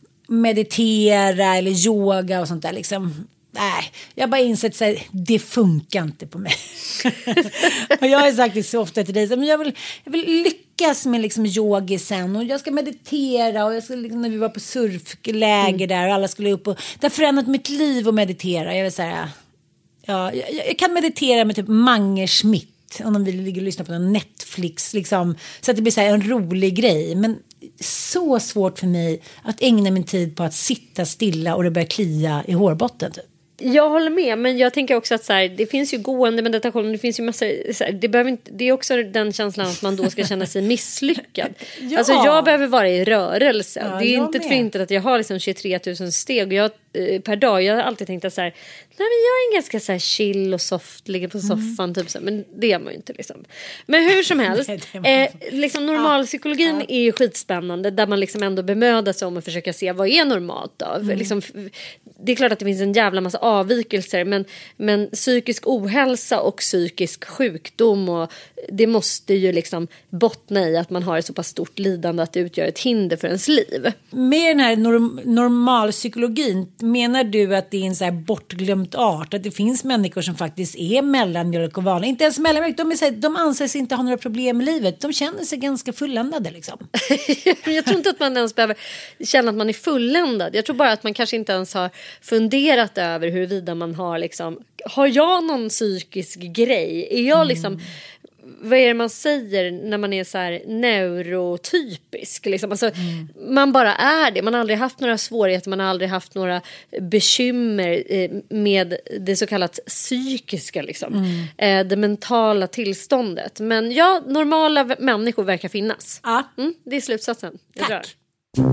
Speaker 6: meditera eller yoga och sånt där liksom. Nej, jag har bara insett att det funkar inte på mig. Och jag har sagt det så ofta till dig. Men jag vill, jag vill lyckas med liksom yoga sen. Och jag ska meditera. Och jag ska, liksom, när vi var på surfläger mm. där. Och alla skulle upp. Och det har förändrat mitt liv att meditera. Jag vill säga, ja, jag, jag kan meditera med typ Mange Schmidt. Om de vill ligga och lyssna på någon Netflix. Liksom, så att det blir så här en rolig grej. Men så svårt för mig att ägna min tid på att sitta stilla. Och det börjar klia i hårbotten typ.
Speaker 7: Jag håller med, men jag tänker också att så här, det finns ju gående meditation, det finns ju massor, så här, det, behöver inte, det är också den känslan att man då ska känna sig misslyckad. Ja. Alltså jag behöver vara i rörelse. Ja, det är inte för inte att jag har liksom tjugotre tusen steg och jag, eh, per dag. Jag har alltid tänkt att så här, nej men jag är ganska så här chill och soft, ligger på soffan mm. typ så här, men det är man ju inte liksom. Men hur som helst, eh, liksom normalpsykologin ja. är ju skitspännande där man liksom ändå bemödar sig om att försöka se vad är normalt då. Mm. Liksom, det är klart att det finns en jävla massa avvikelser, men, men psykisk ohälsa och psykisk sjukdom och det måste ju liksom bottna i att man har ett så pass stort lidande att det utgör ett hinder för ens liv.
Speaker 6: Med den här norm- normalpsykologin, menar du att det är en så här bortglömt art, att det finns människor som faktiskt är mellanmjölk och vanliga, inte ens mellanmjölk, de, är så här, de anser sig inte ha några problem i livet, de känner sig ganska fulländade liksom.
Speaker 7: Jag tror inte att man ens behöver känna att man är fulländad, jag tror bara att man kanske inte ens har funderat över huruvida man har liksom, har jag någon psykisk grej? Är jag liksom, mm. vad är det man säger när man är så här neurotypisk? Liksom? Alltså, mm. man bara är det. Man har aldrig haft några svårigheter, man har aldrig haft några bekymmer eh, med det så kallat psykiska, liksom. Mm. Eh, det mentala tillståndet. Men ja, normala människor verkar finnas.
Speaker 6: Ja.
Speaker 7: Mm, det är slutsatsen. Jag
Speaker 6: Tack.
Speaker 7: Drar.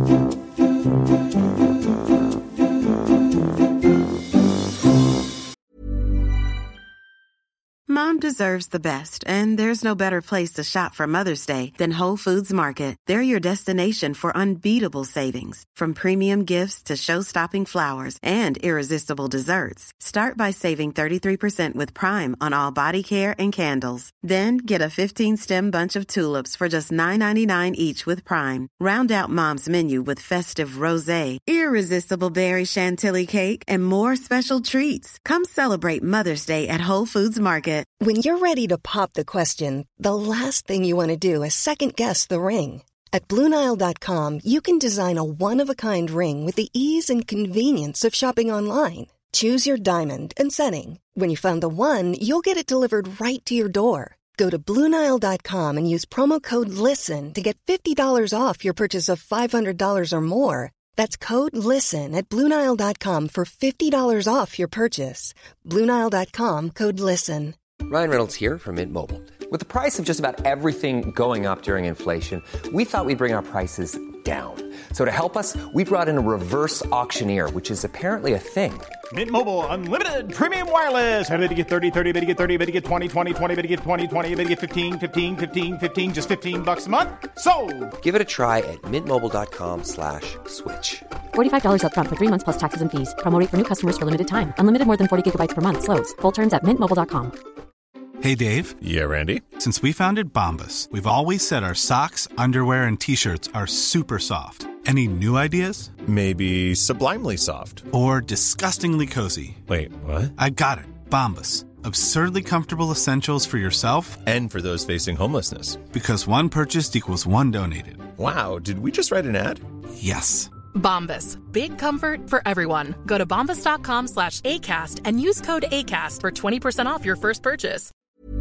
Speaker 10: Mom deserves the best, and there's no better place to shop for Mother's Day than Whole Foods Market. They're your destination for unbeatable savings, from premium gifts to show-stopping flowers and irresistible desserts. Start by saving thirty-three percent with Prime on all body care and candles. Then get a fifteen-stem bunch of tulips for just nine ninety-nine each with Prime. Round out Mom's menu with festive rosé, irresistible berry chantilly cake, and more special treats. Come celebrate Mother's Day at Whole Foods Market.
Speaker 2: When you're ready to pop the question, the last thing you want to do is second-guess the ring. At Blue Nile dot com, you can design a one-of-a-kind ring with the ease and convenience of shopping online. Choose your diamond and setting. When you find the one, you'll get it delivered right to your door. Go to Blue Nile dot com and use promo code LISTEN to get fifty dollars off your purchase of five hundred dollars or more. That's code LISTEN at Blue Nile dot com for fifty dollars off your purchase. Blue Nile dot com, code LISTEN.
Speaker 11: Ryan Reynolds here from Mint Mobile. With the price of just about everything going up during inflation, we thought we'd bring our prices down. So to help us, we brought in a reverse auctioneer, which is apparently a thing.
Speaker 12: Mint Mobile Unlimited Premium Wireless. How to get thirty, thirty, how to get thirty, how to get twenty, twenty, twenty, how to get twenty, twenty, how to get fifteen, fifteen, fifteen, fifteen, just fifteen bucks a month? Sold!
Speaker 11: Give it a try at mintmobile.com slash switch.
Speaker 13: forty-five dollars up front for three months plus taxes and fees. Promo rate for new customers for limited time. Unlimited more than forty gigabytes per month. Slows full terms at mint mobile dot com.
Speaker 14: Hey, Dave.
Speaker 15: Yeah, Randy.
Speaker 14: Since we founded Bombas, we've always said our socks, underwear, and T-shirts are super soft. Any new ideas?
Speaker 15: Maybe sublimely soft.
Speaker 14: Or disgustingly cozy.
Speaker 15: Wait, what?
Speaker 14: I got it. Bombas. Absurdly comfortable essentials for yourself
Speaker 15: and for those facing homelessness.
Speaker 14: Because one purchased equals one donated.
Speaker 15: Wow, did we just write an ad?
Speaker 14: Yes.
Speaker 16: Bombas. Big comfort for everyone. Go to bombas dot com slash ACAST and use code ACAST for twenty percent off your first purchase.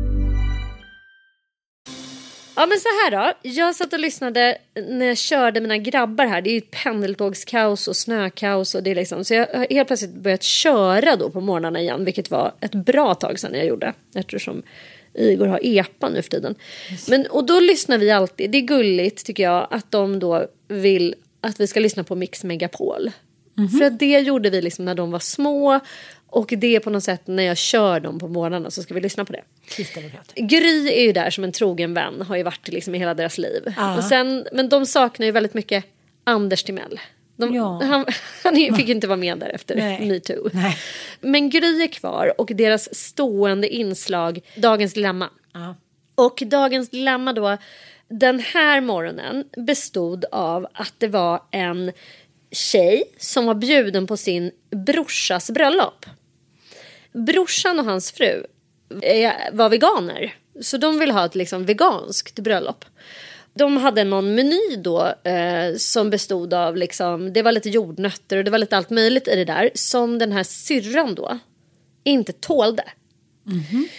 Speaker 7: Ja, men så här då. Jag satt och lyssnade när jag körde mina grabbar här. Det är ju pendeltågskaos och snökaos och det är liksom. Så jag har helt plötsligt börjat köra då på morgnarna igen, vilket var ett bra tag sedan jag gjorde. Eftersom Igor har epa nu för tiden. Men, och då lyssnar vi alltid. Det är gulligt tycker jag att de då vill att vi ska lyssna på Mix Megapol. Mm-hmm. För att det gjorde vi liksom när de var små. Och det är på något sätt när jag kör dem på morgnarna så ska vi lyssna på det. Gry är ju där som en trogen vän. Har ju varit liksom i hela deras liv. Ah. Och sen, men de saknar ju väldigt mycket Anders Timell. De, ja. Han, han fick ju inte vara med där efter MeToo. Men Gry är kvar och deras stående inslag Dagens Dilemma. Ah. Och Dagens Dilemma då, den här morgonen bestod av att det var en tjej som var bjuden på sin brorsas bröllop. Brorsan och hans fru var veganer. Så de ville ha ett liksom veganskt bröllop. De hade någon meny då eh, som bestod av liksom, det var lite jordnötter och det var lite allt möjligt i det där som den här syrran då inte tålde. Mm-hmm.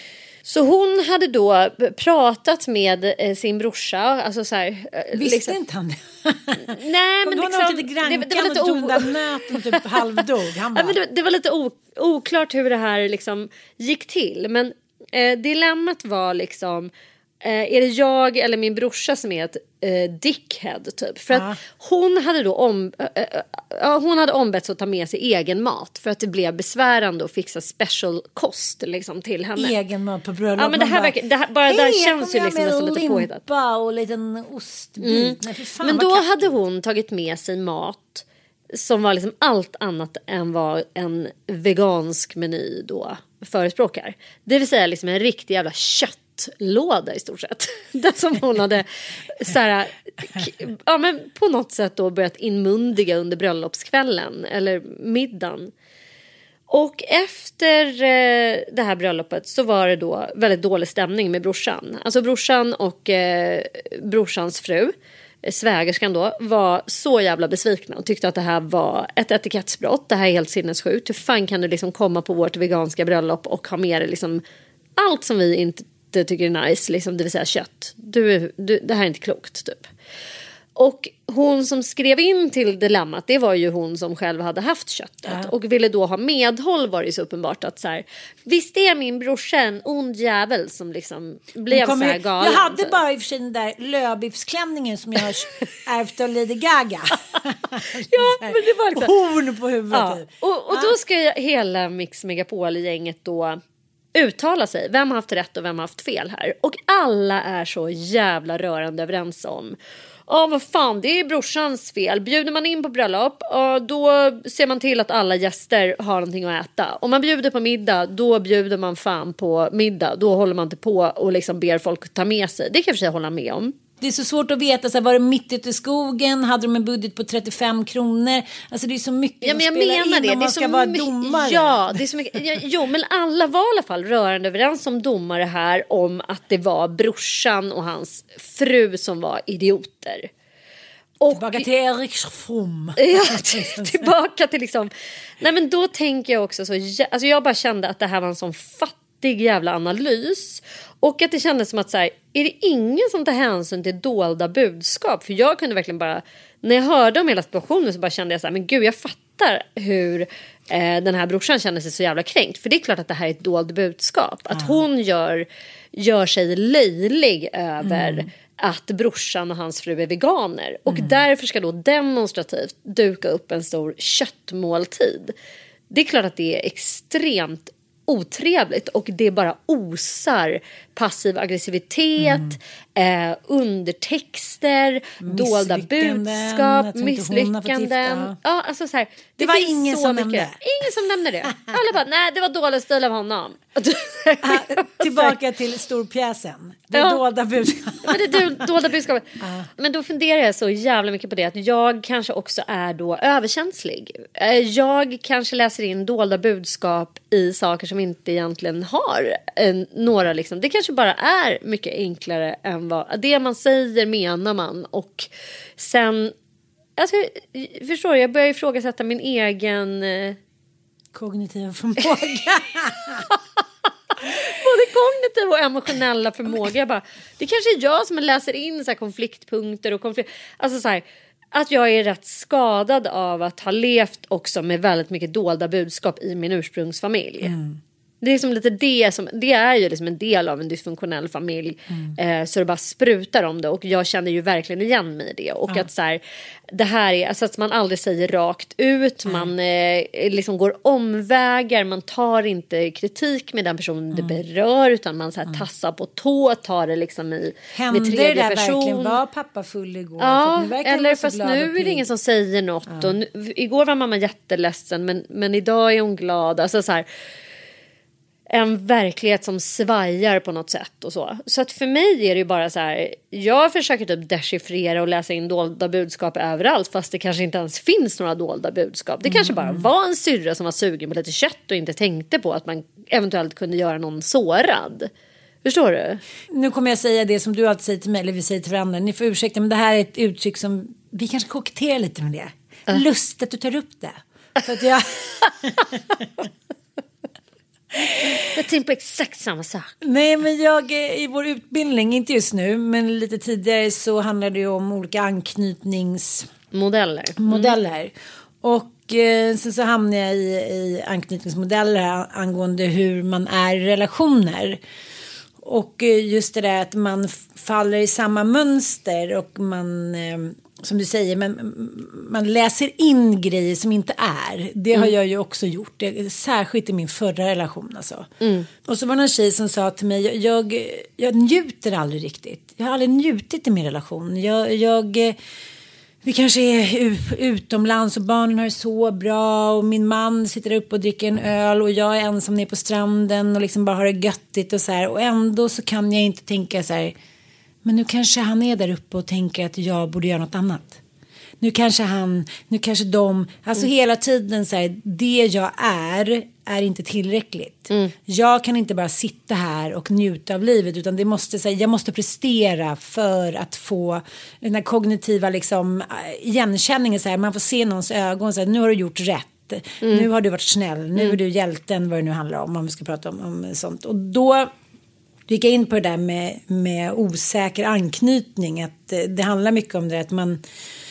Speaker 7: Så hon hade då pratat med eh, sin brorsa. Alltså så här, eh,
Speaker 6: Visste
Speaker 7: liksom,
Speaker 6: inte han det?
Speaker 7: Nej, men
Speaker 6: liksom,
Speaker 7: liksom,
Speaker 6: lite
Speaker 7: det, det var lite
Speaker 6: och tog den där nöten typ halvdog. Han bara,
Speaker 7: ja, men det, det var lite o, oklart hur det här liksom gick till. Men eh, dilemmat var liksom... Eh, är det jag eller min brorsa som är ett eh, dickhead typ? För
Speaker 6: Ah.
Speaker 7: att hon hade då om, eh, eh, hon hade ombetts att ta med sig egen mat. För att det blev besvärande att fixa special kost liksom, till henne.
Speaker 6: egen mat på bröllop.
Speaker 7: Ja, men det här,
Speaker 6: bara,
Speaker 7: verkar, det här, bara det här
Speaker 6: "Hej,
Speaker 7: känns ju
Speaker 6: kommer jag
Speaker 7: liksom
Speaker 6: med
Speaker 7: nästan lite påhittat.
Speaker 6: limpa och en liten ostbit.
Speaker 7: Mm.
Speaker 6: Nej, för fan,
Speaker 7: Men
Speaker 6: vad
Speaker 7: då
Speaker 6: kackigt.
Speaker 7: hade hon tagit med sig mat som var liksom allt annat än vad en vegansk meny då förespråkar. Det vill säga liksom en riktig jävla köttlåda i stort sett. Det som hon hade så här, k- ja, men på något sätt då börjat inmundiga under bröllopskvällen eller middagen. Och efter eh, det här bröllopet så var det då väldigt dålig stämning med brorsan. Alltså brorsan och eh, brorsans fru, eh, svägerskan då, var så jävla besvikna och tyckte att det här var ett etikettsbrott. Det här är helt sinnessjukt. Hur fan kan du liksom komma på vårt veganska bröllop och ha med dig liksom allt som vi inte tycker är nice, liksom, det vill säga kött. Du, du, det här är inte klokt typ. Och hon som skrev in till dilemmat, det var ju hon som själv hade haft köttet.
Speaker 6: Ja.
Speaker 7: Och ville då ha medhåll, var det så uppenbart att så här, visst är min brorsa en ond jävel som liksom blev så här galen.
Speaker 6: Jag hade bara i och för sig den där lövbiffsklänningen som jag har ärvt av Lady Gaga.
Speaker 7: Ja, men det var liksom...
Speaker 6: horn på huvudet.
Speaker 7: Ja. Och, och då ska jag, hela Mix Megapol-gänget då uttala sig. Vem har haft rätt och vem har haft fel här? Och alla är så jävla rörande överens om. Ja, vad fan, det är brorsans fel. Bjuder man in på bröllop, ja, då ser man till att alla gäster har någonting att äta. Om man bjuder på middag, då bjuder man fan på middag. Då håller man inte på och liksom ber folk ta med sig. Det kan jag för sig hålla med om.
Speaker 6: Det är så svårt att veta, så här, var det mitt ute i skogen? Hade de en budget på trettiofem kronor? Alltså det är så mycket
Speaker 7: Ja, men jag
Speaker 6: som spelar
Speaker 7: menar
Speaker 6: in
Speaker 7: det.
Speaker 6: om
Speaker 7: Det är
Speaker 6: man ska
Speaker 7: så
Speaker 6: vara
Speaker 7: mycket,
Speaker 6: domare.
Speaker 7: ja, det är så mycket. Ja, jo, men alla var i alla fall rörande överens som domare här om att det var brorsan och hans fru som var idioter. Och,
Speaker 6: tillbaka till Erik From.
Speaker 7: Ja, t- tillbaka till liksom... Nej, men då tänker jag också så... Alltså jag bara kände att det här var en sån fattig jävla analys. Och att det kändes som att så här, är det ingen som tar hänsyn till dolda budskap? För jag kunde verkligen bara... När jag hörde om hela situationen så bara kände jag så här, men gud, jag fattar hur eh, den här brorsan kände sig så jävla kränkt. För det är klart att det här är ett dold budskap. Att hon gör, gör sig löjlig över... Mm. att brorsan och hans fru är veganer. Och mm. därför ska då demonstrativt duka upp en stor köttmåltid. Det är klart att det är extremt otrevligt. Och det bara osar passiv aggressivitet, mm. eh, undertexter, dolda budskap, misslyckanden. Ja, alltså så här, det,
Speaker 6: det var
Speaker 7: finns
Speaker 6: ingen
Speaker 7: så
Speaker 6: som
Speaker 7: mycket.
Speaker 6: nämnde.
Speaker 7: Ingen som nämnde det. Alla bara, nej, det var dålig stil av honom.
Speaker 6: ah, tillbaka till storpjäsen. Det
Speaker 7: ja.
Speaker 6: dolda budskap.
Speaker 7: Men det är dolda budskapet. Ah. Men då funderar jag så jävla mycket på det, att jag kanske också är då överkänslig. Jag kanske läser in dolda budskap i saker som inte egentligen har eh, några liksom. Det kanske bara är mycket enklare än vad det man säger menar man. Och sen, alltså, förstår du, jag börjar ifrågasätta min egen eh...
Speaker 6: kognitiva förmåga.
Speaker 7: Både kognitiv och emotionella förmåga. Jag bara, det kanske är jag som läser in så här konfliktpunkter och konflikt. Alltså så här, att jag är rätt skadad av att ha levt också med väldigt mycket dolda budskap i min ursprungsfamilj. Mm. Det är som lite det som, det är ju liksom en del av en dysfunktionell familj. Mm. Eh, så det bara sprutar om det. Och jag känner ju verkligen igen mig i det. Och ja. att så här, det här är, alltså att man aldrig säger rakt ut. Mm. Man eh, liksom går omvägar. Man tar inte kritik med den personen mm. det berör. Utan man så här tassar på tå. Tar det liksom i
Speaker 6: Hände
Speaker 7: med tredje
Speaker 6: det där
Speaker 7: person.
Speaker 6: Verkligen? Var pappa full igår?
Speaker 7: Ja, eller fast nu är det ingen som säger något. Ja. Och nu, igår var mamma jätteledsen. Men, men idag är hon glad. Alltså så här... en verklighet som svajar på något sätt och så. Så att för mig är det ju bara så här, jag försöker typ dechiffrera och läsa in dolda budskap överallt, fast det kanske inte ens finns några dolda budskap. Det mm. kanske bara var en syrra som var sugen på lite kött och inte tänkte på att man eventuellt kunde göra någon sårad. Förstår du? Nu kommer jag säga det som du alltid säger till mig, eller vi säger till varandra. Ni får ursäkta, men det här är ett uttryck som vi kanske koketterar lite med det. Uh. Lust att du tar upp det. För att jag... Jag tänkte på exakt samma sak.
Speaker 6: Nej, men jag i vår utbildning, inte just nu, men lite tidigare så handlade det ju om olika anknytningsmodeller. Modeller. Mm. Och eh, sen så hamnade jag i, i anknytningsmodeller angående hur man är i relationer. Och eh, just det där att man faller i samma mönster och man... Eh, som du säger, men man läser in grejer som inte är. Det har mm. jag ju också gjort. Det, särskilt i min förra relation. Alltså. Mm. Och så var det en tjej som sa till mig, jag, jag, jag njuter aldrig riktigt. Jag har aldrig njutit i min relation. Jag, jag, vi kanske är utomlands och barnen har det så bra. Och min man sitter upp och dricker en öl. Och jag är ensam nere på stranden och liksom bara har det göttigt och så här. Och ändå så kan jag inte tänka så här... Men nu kanske han är där uppe och tänker att jag borde göra något annat. Nu kanske han, nu kanske de, alltså mm. hela tiden så här, det jag är, är inte tillräckligt. Mm. Jag kan inte bara sitta här och njuta av livet, utan det måste, så här, jag måste prestera för att få den här kognitiva liksom, igenkänningen. Så här, man får se någons ögon, så här, nu har du gjort rätt. Mm. Nu har du varit snäll, nu mm. är du hjälten, vad det nu handlar om, om vi ska prata om, om sånt. Och då... Du gick in på det där med, med osäker anknytning. Att det handlar mycket om det att man,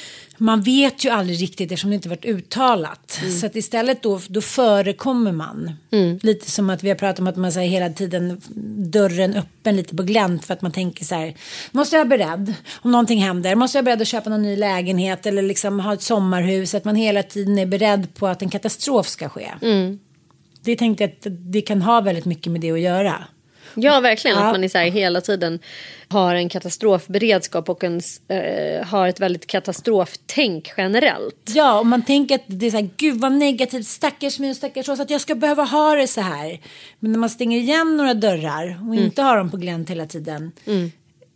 Speaker 6: man vet ju aldrig riktigt eftersom det inte varit uttalat. Mm. Så att istället då, då förekommer man. Mm. Lite som att vi har pratat om att man säger hela tiden dörren öppen lite på glänt. För att man tänker så här, måste jag vara beredd om någonting händer? Måste jag vara beredd att köpa någon ny lägenhet eller liksom ha ett sommarhus? Att man hela tiden är beredd på att en katastrof ska ske. Mm. Det tänkte jag att det kan ha väldigt mycket med det att göra.
Speaker 7: Ja, verkligen.
Speaker 6: Ja.
Speaker 7: Att man är så här, hela tiden har en katastrofberedskap och en, äh, har ett väldigt katastroftänk generellt.
Speaker 6: Ja, och man tänker att det är så här, gud vad negativt, stackars mig och stackars så att jag ska behöva ha det så här. Men när man stänger igen några dörrar och mm. inte har dem på glänt hela tiden. Mm.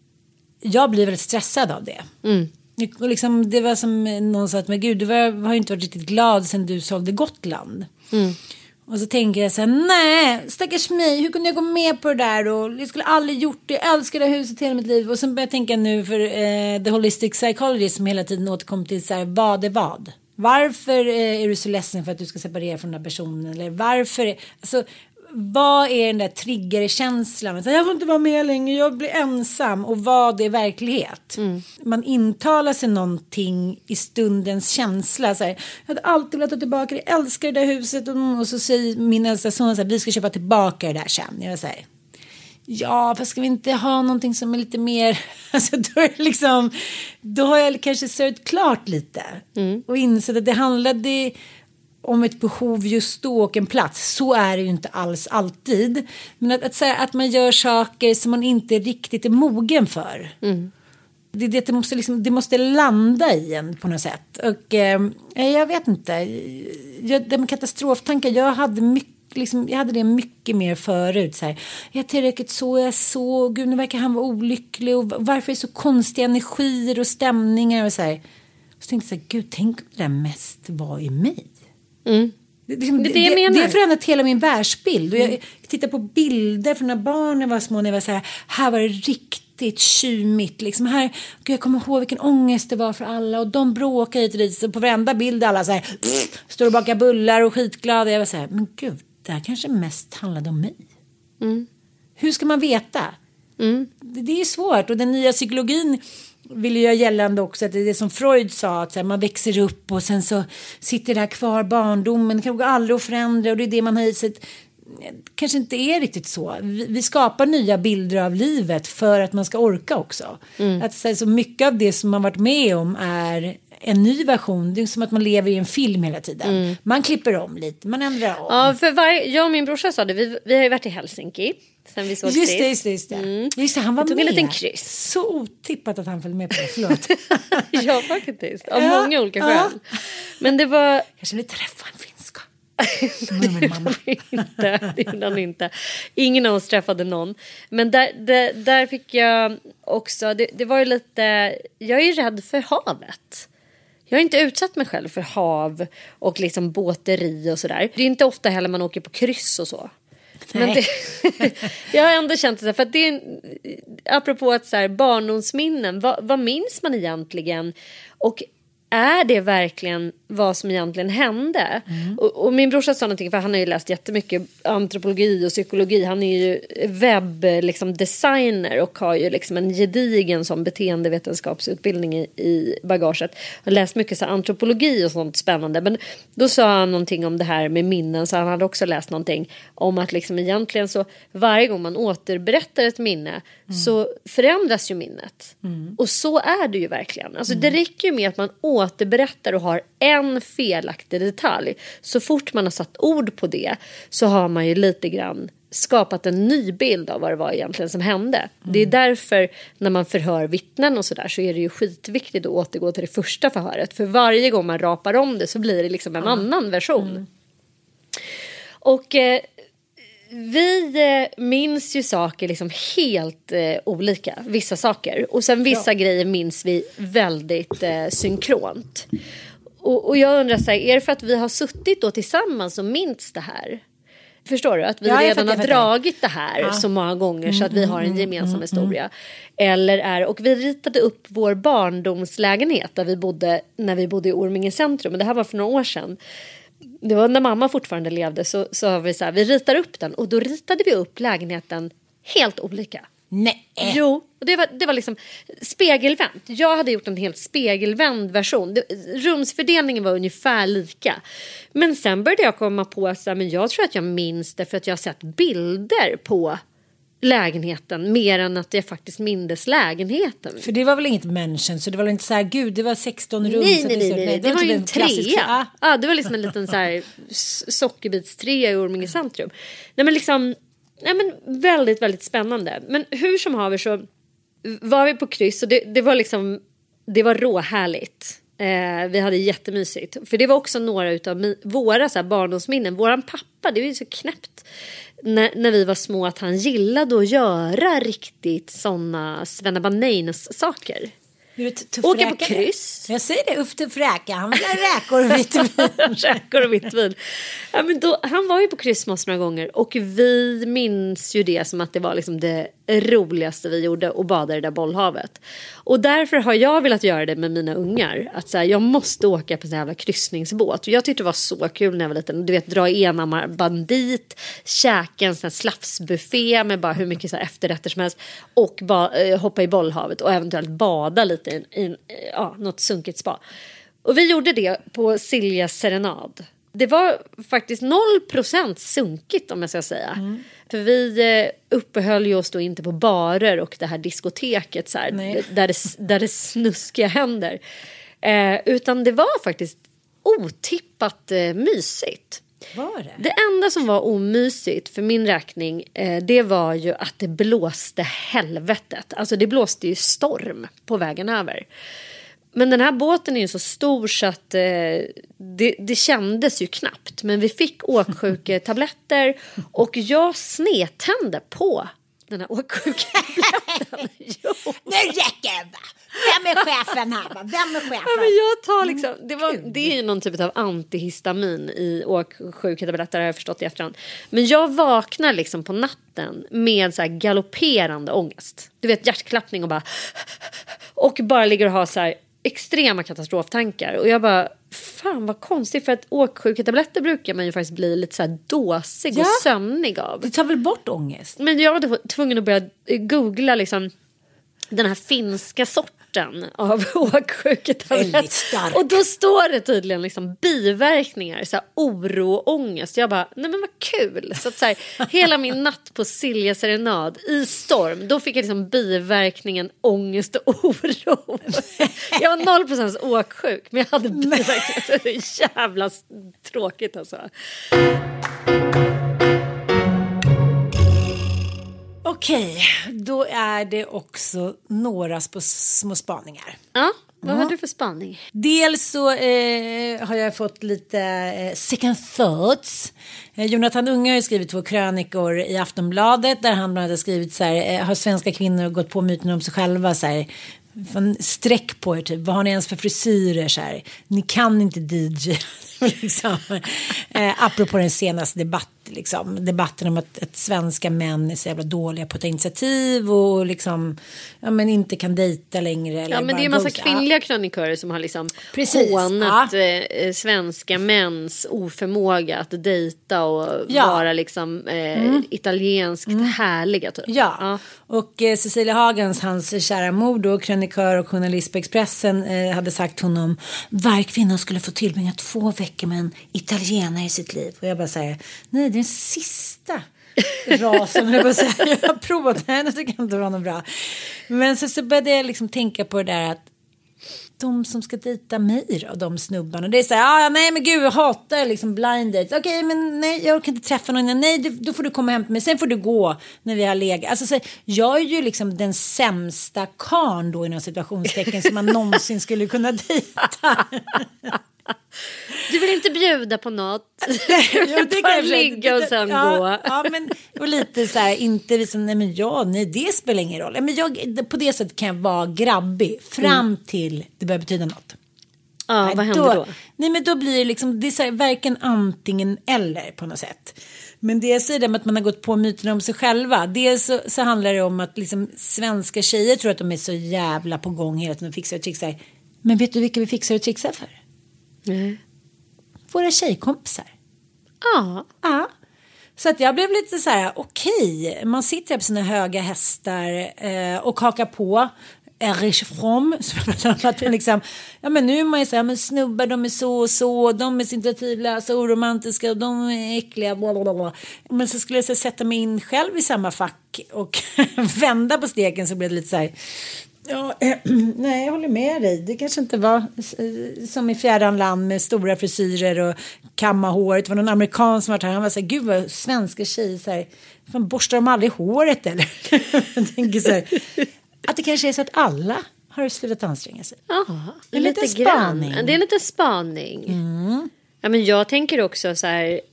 Speaker 6: Jag blir väldigt stressad av det. Mm. Och liksom, det var som någon sa att men gud, du var, har ju inte varit riktigt glad sen du sålde Gotland. Mm. Och så tänker jag så här, nej, stackars mig, hur kunde jag gå med på det där? Och jag skulle aldrig gjort det, jag älskar det här huset hela mitt liv. Och sen börjar jag tänka nu för eh, The Holistic Psychology som hela tiden återkommer till så här, vad är vad? Varför eh, är du så ledsen för att du ska separera från den här personen? Eller varför, alltså, vad är den där triggerkänslan? Jag får inte vara med längre, jag blir ensam. Och vad är verklighet? Mm. Man intalar sig någonting i stundens känsla. Så här, jag hade alltid velat ta tillbaka det, jag älskar det där huset. Och, och så säger min äldsta son så här, vi ska köpa tillbaka det där sen. Jag säger, ja, fast ska vi inte ha någonting som är lite mer... Alltså, då, är det liksom, då har jag kanske sörjt klart lite. Mm. Och insett att det handlade... om ett behov just då och en plats. Så är det ju inte alls alltid. Men att, att säga att man gör saker som man inte riktigt är mogen för. Mm. Det, det, det, måste liksom, det måste landa i en på något sätt. Och eh, jag vet inte. Jag, det med katastroftankar, jag hade mycket. Liksom, jag hade det mycket mer förut. Så här, jag är tillräckligt så, jag så. Gud, nu verkar han vara olycklig. Och varför är det så konstiga energier och stämningar. Och så här. Så tänkte jag så här, gud, tänk om det där mest var i mig. Mm. Det, det, det, det, det, det har förändrat hela min världsbild. Mm. Jag tittar på bilder från när barnen var små. När jag var så här, här var det riktigt tjumigt. Liksom här, jag kommer ihåg vilken ångest det var för alla. Och de bråkade hit och dit. Så på varenda bild alla så här, pff, står och bakar bullar och skitglada. Jag var så här, men gud, det här kanske mest handlade om mig. Mm. Hur ska man veta? Mm. Det, det är svårt. Och den nya psykologin vill jag gällande också att det är det som Freud sa, att så här, man växer upp och sen så sitter det här kvar barndomen, kan gå aldrig att förändra, och det är det man har i sig. Kanske inte är riktigt så. Vi, vi skapar nya bilder av livet för att man ska orka också. Mm. Att så, här, så mycket av det som man varit med om är en ny version. Det är som att man lever i en film hela tiden. Mm. Man klipper om lite, man ändrar om.
Speaker 7: Ja, för var, jag och min brorsa sa det, vi, vi har ju varit i Helsinki sen vi såg
Speaker 6: just det, just det, just det. Mm. Just det, han var
Speaker 7: tog
Speaker 6: med.
Speaker 7: En liten kryss.
Speaker 6: Så otippat att han följde med på det, förlåt.
Speaker 7: Ja, faktiskt. Av ja. många olika skäl. Ja. Men det var...
Speaker 6: Kanske vill träffa en finska.
Speaker 7: Det gjorde inte, det gjorde han inte. Ingen av oss träffade någon. Men där, där, där fick jag också... Det, det var ju lite... Jag är ju rädd för havet. Jag har inte utsatt mig själv för hav och liksom båteri och sådär. Det är inte ofta heller man åker på kryss och så. Men det, jag har ändå känt det, för att det är, apropå att så här, barndomsminnen, vad, vad minns man egentligen? Och är det verkligen vad som egentligen hände? Mm. Och, och min brorsa sa någonting, för han har ju läst jättemycket antropologi och psykologi. Han är ju webb liksom, designer och har ju liksom en gedigen som beteendevetenskapsutbildning i, i bagaget. Han har läst mycket så antropologi och sånt spännande. Men då sa han någonting om det här med minnen, så han hade också läst någonting om att liksom egentligen så varje gång man återberättar ett minne mm. så förändras ju minnet. Mm. Och så är det ju verkligen. Alltså mm. det räcker ju med att man återberättar och har en felaktig detalj. Så fort man har satt ord på det så har man ju lite grann skapat en ny bild av vad det var egentligen som hände. Mm. Det är därför när man förhör vittnen och sådär så är det ju skitviktigt att återgå till det första förhöret. För varje gång man rapar om det så blir det liksom en mm. annan version. Mm. Och eh, vi eh, minns ju saker liksom helt eh, olika. Vissa saker. Och sen vissa ja. grejer minns vi väldigt eh, synkront. Och, och jag undrar så här, är det för att vi har suttit då tillsammans och minns det här? Förstår du? Att vi ja, redan har dragit det här ja. så många gånger mm, så att vi har en gemensam mm, historia. Mm. Eller är, och vi ritade upp vår barndomslägenhet där vi bodde när vi bodde i Orminge centrum. Men det här var för några år sedan. Det var när mamma fortfarande levde, så, så har vi så här, vi ritar upp den. Och då ritade vi upp lägenheten helt olika.
Speaker 6: Nej.
Speaker 7: Jo, och det var, det var liksom spegelvänt. Jag hade gjort en helt spegelvänd version. Det, rumsfördelningen var ungefär lika. Men sen började jag komma på att men jag tror att jag minns det för att jag har sett bilder på lägenheten mer än att jag faktiskt mindes lägenheten.
Speaker 6: För det var väl inget människan, så det var väl inte så här, gud, det var sexton rum.
Speaker 7: Nej,
Speaker 6: så
Speaker 7: nej, nej, nej, nej. Det, det var ju en trea.
Speaker 6: Ah.
Speaker 7: Ja, det var liksom en liten så här sockerbitstrea i Orminge centrum. Nej, men liksom, nej, men väldigt, väldigt spännande. Men hur som haver så var vi på kryss och det, det var liksom, det var råhärligt. Eh, vi hade jättemysigt. För det var också några utav mi- våra så här barndomsminnen. Våran pappa, det var ju så knäppt. När, när vi var små att han gillade att göra riktigt sådana svennebanejns-saker. Åka på kryss.
Speaker 6: Jag säger det, upp till fräka. Han vill ha räkor och vitt vin.
Speaker 7: Räkor och vitt vin. Ja, men då, han var ju på kryss med oss några gånger. Och vi minns ju det som att det var liksom det roligaste vi gjorde. Och bada i det där bollhavet. Och därför har jag velat göra det med mina ungar. Att så här, jag måste åka på en sån jävla kryssningsbåt. Och jag tyckte det var så kul när jag var liten. Du vet, dra enarmar bandit. Käka en sån här slafsbuffé med bara hur mycket så här efterrätter som helst. Och ba, eh, hoppa i bollhavet. Och eventuellt bada lite i, i ja, något sunkigt spa. Och vi gjorde det på Siljas serenad. Det var faktiskt noll procent sunkigt om jag ska säga. Mm. För vi eh, uppehöll ju oss då inte på barer och det här diskoteket så här, där, det, där det snuskiga händer. Eh, utan det var faktiskt otippat eh, mysigt.
Speaker 6: Var det?
Speaker 7: Det enda som var omysigt för min räkning eh, det var ju att det blåste helvetet. Alltså det blåste ju storm på vägen över. Men den här båten är ju så stor så att eh, det, det kändes ju knappt. Men vi fick åksjuketabletter och jag snedtände på den här åksjuketabletten.
Speaker 6: Nu räcker det! Vem är chefen här? Vem är chefen?
Speaker 7: Ja, men jag tar liksom, det, var, det är ju någon typ av antihistamin i åksjuketabletter har jag förstått i efterhand. Men jag vaknar liksom på natten med så här galopperande ångest. Du vet, hjärtklappning och bara... Och bara ligger och har så här extrema katastroftankar. Och jag bara, fan vad konstigt. För att åksjuketabletter brukar man ju faktiskt bli lite så här dåsig ja. och sömnig av.
Speaker 6: Det tar väl bort ångest?
Speaker 7: Men jag var tvungen att börja googla liksom den här finska sorten av åksjuketabletter. Och då står det tydligen liksom biverkningar, så här oro och ångest. Jag bara, nej men vad kul. Så att så här, hela min natt på Silja serenad i storm, då fick jag liksom biverkningen ångest och oro. Jag var noll procent åksjuk, men jag hade biverkningar. Det är jävla tråkigt alltså.
Speaker 6: Okej, då är det också några små spaningar.
Speaker 7: Ja, vad har du för spaning?
Speaker 6: Dels så eh, har jag fått lite eh, second thoughts. Eh, Jonathan Unge har ju skrivit två krönikor i Aftonbladet där han bland annat har skrivit så här, eh, har svenska kvinnor gått på myten om sig själva så här, sträck på er typ, vad har ni ens för frisyrer så här, ni kan inte D J liksom. eh, apropå den senaste debatt, liksom, debatten om att, att svenska män är så jävla dåliga på att ta initiativ och liksom, ja, men inte kan dejta längre. Eller
Speaker 7: ja, men det är en massa kvinnliga kronikörer som har liksom hånat ja. svenska mäns oförmåga att dejta och ja. vara liksom eh, mm. italienskt mm. härliga. Typ.
Speaker 6: Ja. ja, och eh, Cecilia Hagens, hans kära mor då, krönikör och journalist på Expressen, eh, hade sagt honom, varje kvinna skulle få tillbringa två veckor med en italienare i sitt liv. Och jag bara säger, nej, det är den sista rasen. Jag bara säger, jag har provat det här, det tycker jag inte var något bra. Men så, så började jag liksom tänka på det där att de som ska dejta mig då, de snubbarna. Det är så här, ah, nej men gud, jag hatar liksom blind dates. Okej, okay, men nej, jag kan inte träffa någon. Nej, du, då får du komma hem till mig. Sen får du gå när vi har legat. Alltså, så, jag är ju liksom den sämsta karn då inom situationstecken som man någonsin skulle kunna dejta.
Speaker 7: Du vill inte bjuda på något.
Speaker 6: Jo, det
Speaker 7: kan ligga och sen
Speaker 6: ja,
Speaker 7: gå.
Speaker 6: Ja, men och lite så här, inte visa, nej men ja, nej, det spelar ingen roll. Men jag, på det sättet kan jag vara grabbig fram mm. till det börjar betyda något.
Speaker 7: Ja,
Speaker 6: nej,
Speaker 7: vad händer då, då?
Speaker 6: Nej, men då blir det liksom, det är så här, varken antingen eller på något sätt. Men det jag säger med att man har gått på myterna om sig själva. Dels så, så handlar det om att liksom, svenska tjejer tror att de är så jävla på gång hela tiden och fixar och trixar. Men vet du vilka vi fixar och trixar för?
Speaker 7: Mm.
Speaker 6: Våra tjejkompisar.
Speaker 7: Ja.
Speaker 6: Ja. Så att jag blev lite så här, okej. Okay, man sitter på sina höga hästar eh, och hakar på. Erich Fromm. liksom, ja, men nu är man ju så här, men snubbar, de är så och så. De är så initiativlösa, oromantiska och de är äckliga. Blablabla. Men så skulle jag så sätta mig in själv i samma fack och vända på steken, så blev det lite så här. Ja, äh, nej, jag håller med dig. Det kanske inte var äh, som i fjärran land med stora frisyrer och kamma håret. Det var någon amerikan som var här. Han var så här, gud vad svenska tjejer så här, fan, borstar de aldrig håret eller? Jag tänker så här, att det kanske är så att alla har slutat anstränga sig.
Speaker 7: Ja,
Speaker 6: det är lite spaning.
Speaker 7: Grann. Det är lite spaning.
Speaker 6: Mm.
Speaker 7: Ja, men jag tänker också så här,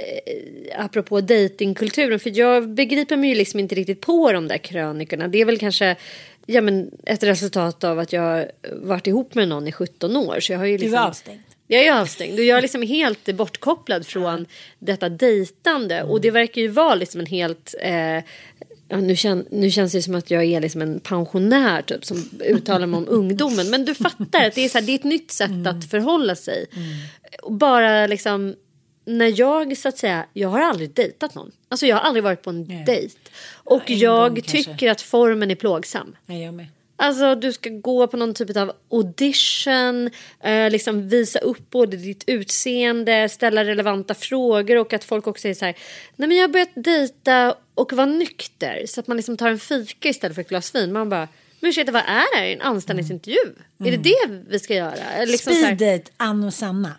Speaker 7: eh, apropå datingkulturen, för jag begriper mig ju liksom inte riktigt på de där krönikorna. Det är väl kanske ja, men ett resultat av att jag varit ihop med någon i sjutton år. Så jag har ju liksom,
Speaker 6: du är avstängd.
Speaker 7: Jag är avstängd. Och jag är liksom helt bortkopplad från detta dejtande. Mm. Och det verkar ju vara liksom en helt... Eh, ja, nu, kän, nu känns det som att jag är liksom en pensionär typ, som uttalar mig om ungdomen. Men du fattar att det är, så här, det är ett nytt sätt mm. att förhålla sig. Mm. Och bara liksom... När jag så att säga, jag har aldrig dejtat någon. Alltså jag har aldrig varit på en Nej. dejt. Och ja, jag gång, tycker kanske. att formen är plågsam.
Speaker 6: Nej, jag med.
Speaker 7: Alltså du ska gå på någon typ av audition, eh, liksom visa upp både ditt utseende, ställa relevanta frågor och att folk också är så här, nej men jag har börjat dejta och vara nykter så att man liksom tar en fika istället för ett glas vin. Man bara, men ursäkta, vad är det här? En anställningsintervju? Mm. Är det det vi ska göra?
Speaker 6: Liksom Speed date, Ann och Sanna.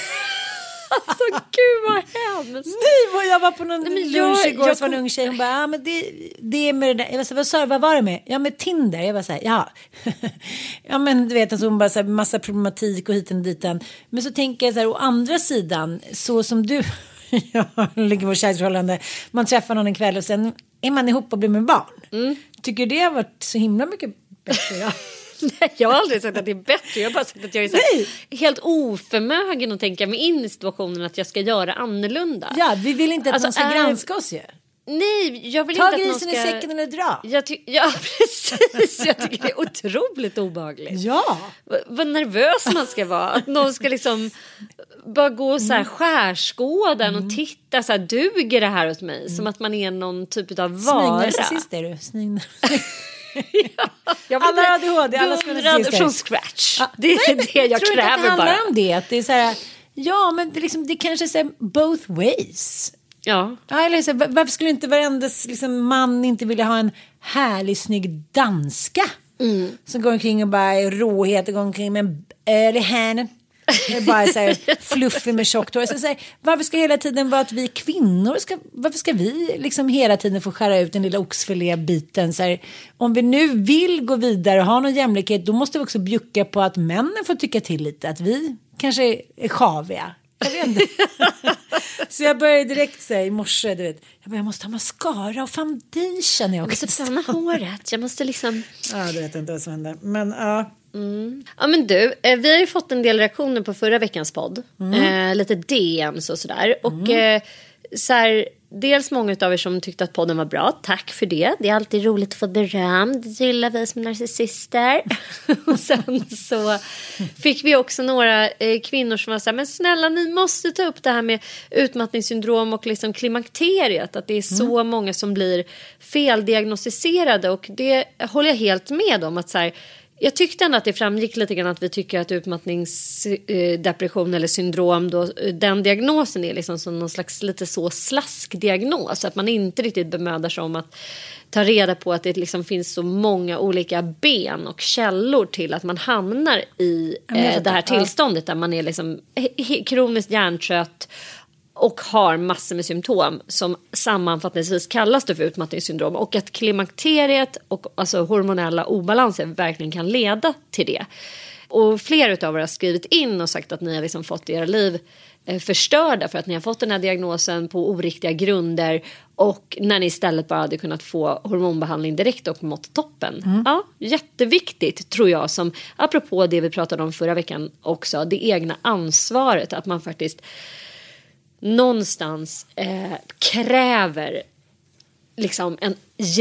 Speaker 7: Alltså gud vad hemskt.
Speaker 6: Nej, jag var på någon Nej, lunch jag, igår jag, så var en ung tjej. Hon bara, ja men det, det är med det där. Jag var så, vad sa du, vad var det med? Ja med Tinder. Jag var så här, ja. Ja men du vet, alltså, hon bara så här, massa problematik och hit och dit. Men så tänker jag så här, å andra sidan, så som du jag ligger på kärleksförhållande. Man träffar någon en kväll och sen är man ihop och blir med barn. Mm. Tycker det har varit så himla mycket bättre, ja.
Speaker 7: Nej, jag har aldrig sagt att det är bättre. Jag har bara sagt att jag är så helt oförmögen att tänka mig in i situationen att jag ska göra annorlunda.
Speaker 6: Ja, vi vill inte att alltså, någon ska är... granska oss ju.
Speaker 7: Nej, jag vill
Speaker 6: Ta
Speaker 7: inte att någon ska...
Speaker 6: Ta grisen i säcken eller dra.
Speaker 7: Jag ty... Ja, precis. Jag tycker det är otroligt obehagligt.
Speaker 6: Ja.
Speaker 7: V- vad nervös man ska vara. Att någon ska liksom bara gå så här skärskådan mm. och titta så här, duger det här åt mig? Mm. Som att man är någon typ av vara.
Speaker 6: Snyggnarcissist är du. Snyggnarcissist.
Speaker 7: Ja,
Speaker 6: alla har A D H D, alla ska vara
Speaker 7: från scratch. Ja. Det är det jag
Speaker 6: tror
Speaker 7: kräver
Speaker 6: att det handlar
Speaker 7: bara.
Speaker 6: Om det, att det är så här, ja, men det, liksom, det kanske är så här, both ways.
Speaker 7: Ja.
Speaker 6: Ja, eller så här, varför skulle inte varenda liksom, man inte vilja ha en härlig, snygg danska mm. som går omkring och bara är råhet och går omkring med en öl i handen. Det är bara så här fluffig med tjockt hår. Så så här, varför ska hela tiden vara att vi kvinnor ska, varför ska vi liksom hela tiden få skära ut den lilla oxfilébiten så här, om vi nu vill gå vidare och ha någon jämlikhet, då måste vi också bjucka på att männen får tycka till lite, att vi kanske är sjaviga. Jag vet inte. Så jag började direkt säga i morse, du vet, jag, bara, jag måste ha mascara och foundation. Jag
Speaker 7: måste stanna håret. Jag måste liksom...
Speaker 6: Ja, det vet jag inte vad som händer. Men ja...
Speaker 7: Mm. Ja men du, eh, vi har ju fått en del reaktioner på förra veckans podd. Mm. Eh, lite D Ms och sådär. Och
Speaker 6: mm.
Speaker 7: eh, så här, dels många av er som tyckte att podden var bra. Tack för det. Det är alltid roligt att få beröm. Det gillar vi som narcissister. Och sen så fick vi också några eh, kvinnor som var så här, men snälla, ni måste ta upp det här med utmattningssyndrom och liksom klimakteriet. Att det är så mm. många som blir feldiagnostiserade. Och det håller jag helt med om. Att så här, jag tyckte ändå att det framgick lite grann att vi tycker att utmattningsdepression eller syndrom, då, den diagnosen är liksom som någon slags lite så slaskdiagnos. Att man inte riktigt bemödar sig om att ta reda på att det liksom finns så många olika ben och källor till att man hamnar i eh, det här tillståndet där man är liksom kroniskt hjärntrött och har massor med symptom som sammanfattningsvis kallas det för utmattningssyndrom, och att klimakteriet och alltså hormonella obalanser verkligen kan leda till det. Och flera av er har skrivit in och sagt att ni har liksom fått era liv eh, förstörda för att ni har fått den här diagnosen på oriktiga grunder, och när ni istället bara hade kunnat få hormonbehandling direkt och mått toppen. Mm. Ja, jätteviktigt tror jag, som apropå det vi pratade om förra veckan också, det egna ansvaret, att man faktiskt någonstans eh, kräver liksom en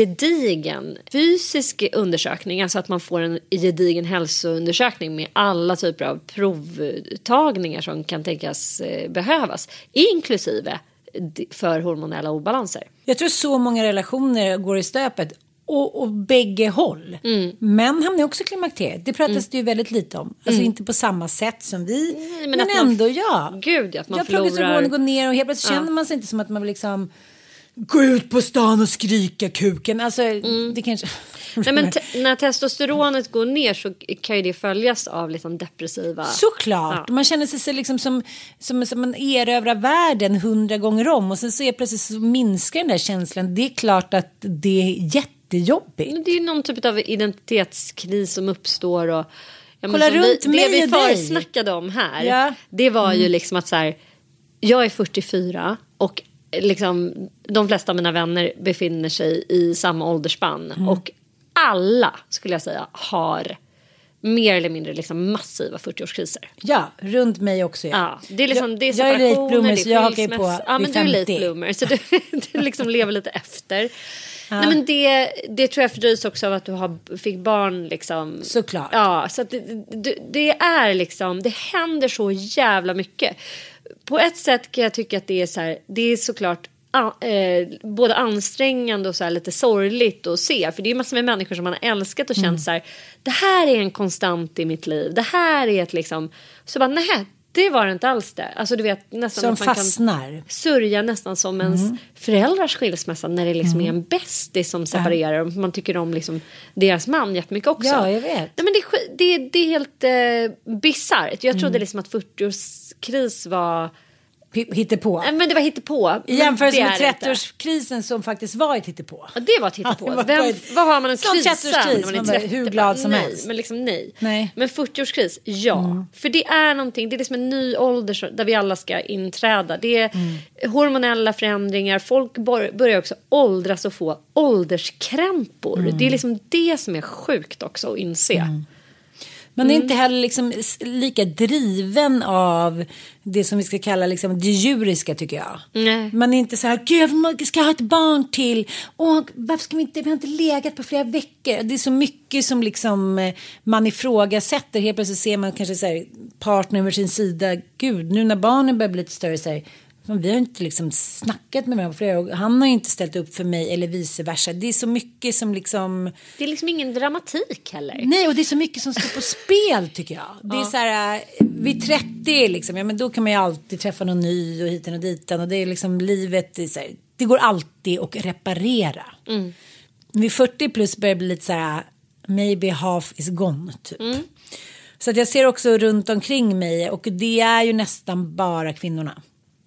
Speaker 7: gedigen fysisk undersökning, alltså att man får en gedigen hälsoundersökning med alla typer av provtagningar som kan tänkas eh, behövas, inklusive för hormonella obalanser.
Speaker 6: Jag tror så många relationer går i stöpet och, och bägge håll. Mm. Män hamnar också i klimakteriet. Det pratas mm. det ju väldigt lite om. Alltså mm. inte på samma sätt som vi. Nej, men men ändå man, ja.
Speaker 7: Gud, att man
Speaker 6: jag
Speaker 7: förlorar.
Speaker 6: Progesteron går ner och helt plötsligt ja. känner man sig inte som att man vill liksom gå ut på stan och skrika kuken. Alltså mm. det kanske...
Speaker 7: Nej, men te- när testosteronet går ner så kan ju det följas av liksom depressiva...
Speaker 6: Såklart. Ja. Man känner sig liksom som, som, som en erövrar världen hundra gånger om. Och sen så är plötsligt så minskar den där känslan. Det är klart att det är jättejobbigt.
Speaker 7: Det är ju någon typ av identitetskris som uppstår. Och, ja,
Speaker 6: kolla runt
Speaker 7: vi,
Speaker 6: mig
Speaker 7: det vi försnackade om här, ja. det var mm. ju liksom att så här, jag är fyrtiofyra och liksom de flesta av mina vänner befinner sig i samma åldersspann. Mm. Och alla, skulle jag säga, har mer eller mindre liksom massiva fyrtioårskriser.
Speaker 6: Ja, runt mig också. Ja.
Speaker 7: Ja, det är liksom
Speaker 6: jag,
Speaker 7: det är separationer,
Speaker 6: jag är late bloomer, så jag hakar på
Speaker 7: ja, men du är late bloomer, så du, du liksom lever lite efter. Ja. Nej, men det, det tror jag fördröjs också av att du har, fick barn liksom.
Speaker 6: Såklart.
Speaker 7: Ja, så att det, det, det är liksom, det händer så jävla mycket. På ett sätt kan jag tycka att det är så här, det är såklart Eh, både ansträngande och så här lite sorgligt att se, för det är massor med människor som man har älskat och känt mm. så här, det här är en konstant i mitt liv, det här är ett liksom, så bara nej, det var det inte alls det. Alltså du vet nästan
Speaker 6: som
Speaker 7: att man
Speaker 6: fastnar.
Speaker 7: Kan sörja nästan som ens mm. föräldrars skilsmässa när det liksom mm. är en bästis som separerar och man tycker om liksom deras man jättemycket också.
Speaker 6: Ja, jag vet.
Speaker 7: Nej, men det, det, det är helt eh, bizarrt. Jag trodde mm. liksom att fyrtioårskris var
Speaker 6: hittepå.
Speaker 7: Men det var hittepå.
Speaker 6: I jämförelse med trettioårskrisen som faktiskt var ett hittepå.
Speaker 7: Ja, det var ett hittepå. Ja, Vem, vad har man en kris
Speaker 6: när man är trettio? Hur glad som
Speaker 7: nej,
Speaker 6: helst.
Speaker 7: Men liksom nej.
Speaker 6: nej.
Speaker 7: Men fyrtioårskris, ja. Mm. För det är någonting, det är liksom en ny ålder där vi alla ska inträda. Det är mm. hormonella förändringar. Folk börjar också åldras och få ålderskrämpor. Mm. Det är liksom det som är sjukt också att inse. Mm.
Speaker 6: Man är mm. inte heller liksom lika driven av det som vi ska kalla liksom det djuriska, tycker jag.
Speaker 7: Nej.
Speaker 6: Man är inte så här, gud, man ska ha ett barn till. Och varför ska vi inte, vi har inte legat på flera veckor. Det är så mycket som liksom man ifrågasätter. Helt plötsligt ser man kanske så här, partner över sin sida. Gud, nu när barnen börjar bli lite större så här, men vi har inte liksom snackat med varandra på flera år. Han har inte ställt upp för mig eller vice versa. Det är så mycket som liksom...
Speaker 7: Det är liksom ingen dramatik heller.
Speaker 6: Nej, och det är så mycket som står på spel, tycker jag. Det är ja. så här, vid trettio liksom, ja, men då kan man ju alltid träffa någon ny och hiten och ditan. Och det är liksom livet, det, är så här, det går alltid att reparera.
Speaker 7: Mm.
Speaker 6: Vid fyrtio plus börjar det bli lite så här, maybe half is gone, typ.
Speaker 7: Mm.
Speaker 6: Så att jag ser också runt omkring mig, och det är ju nästan bara kvinnorna.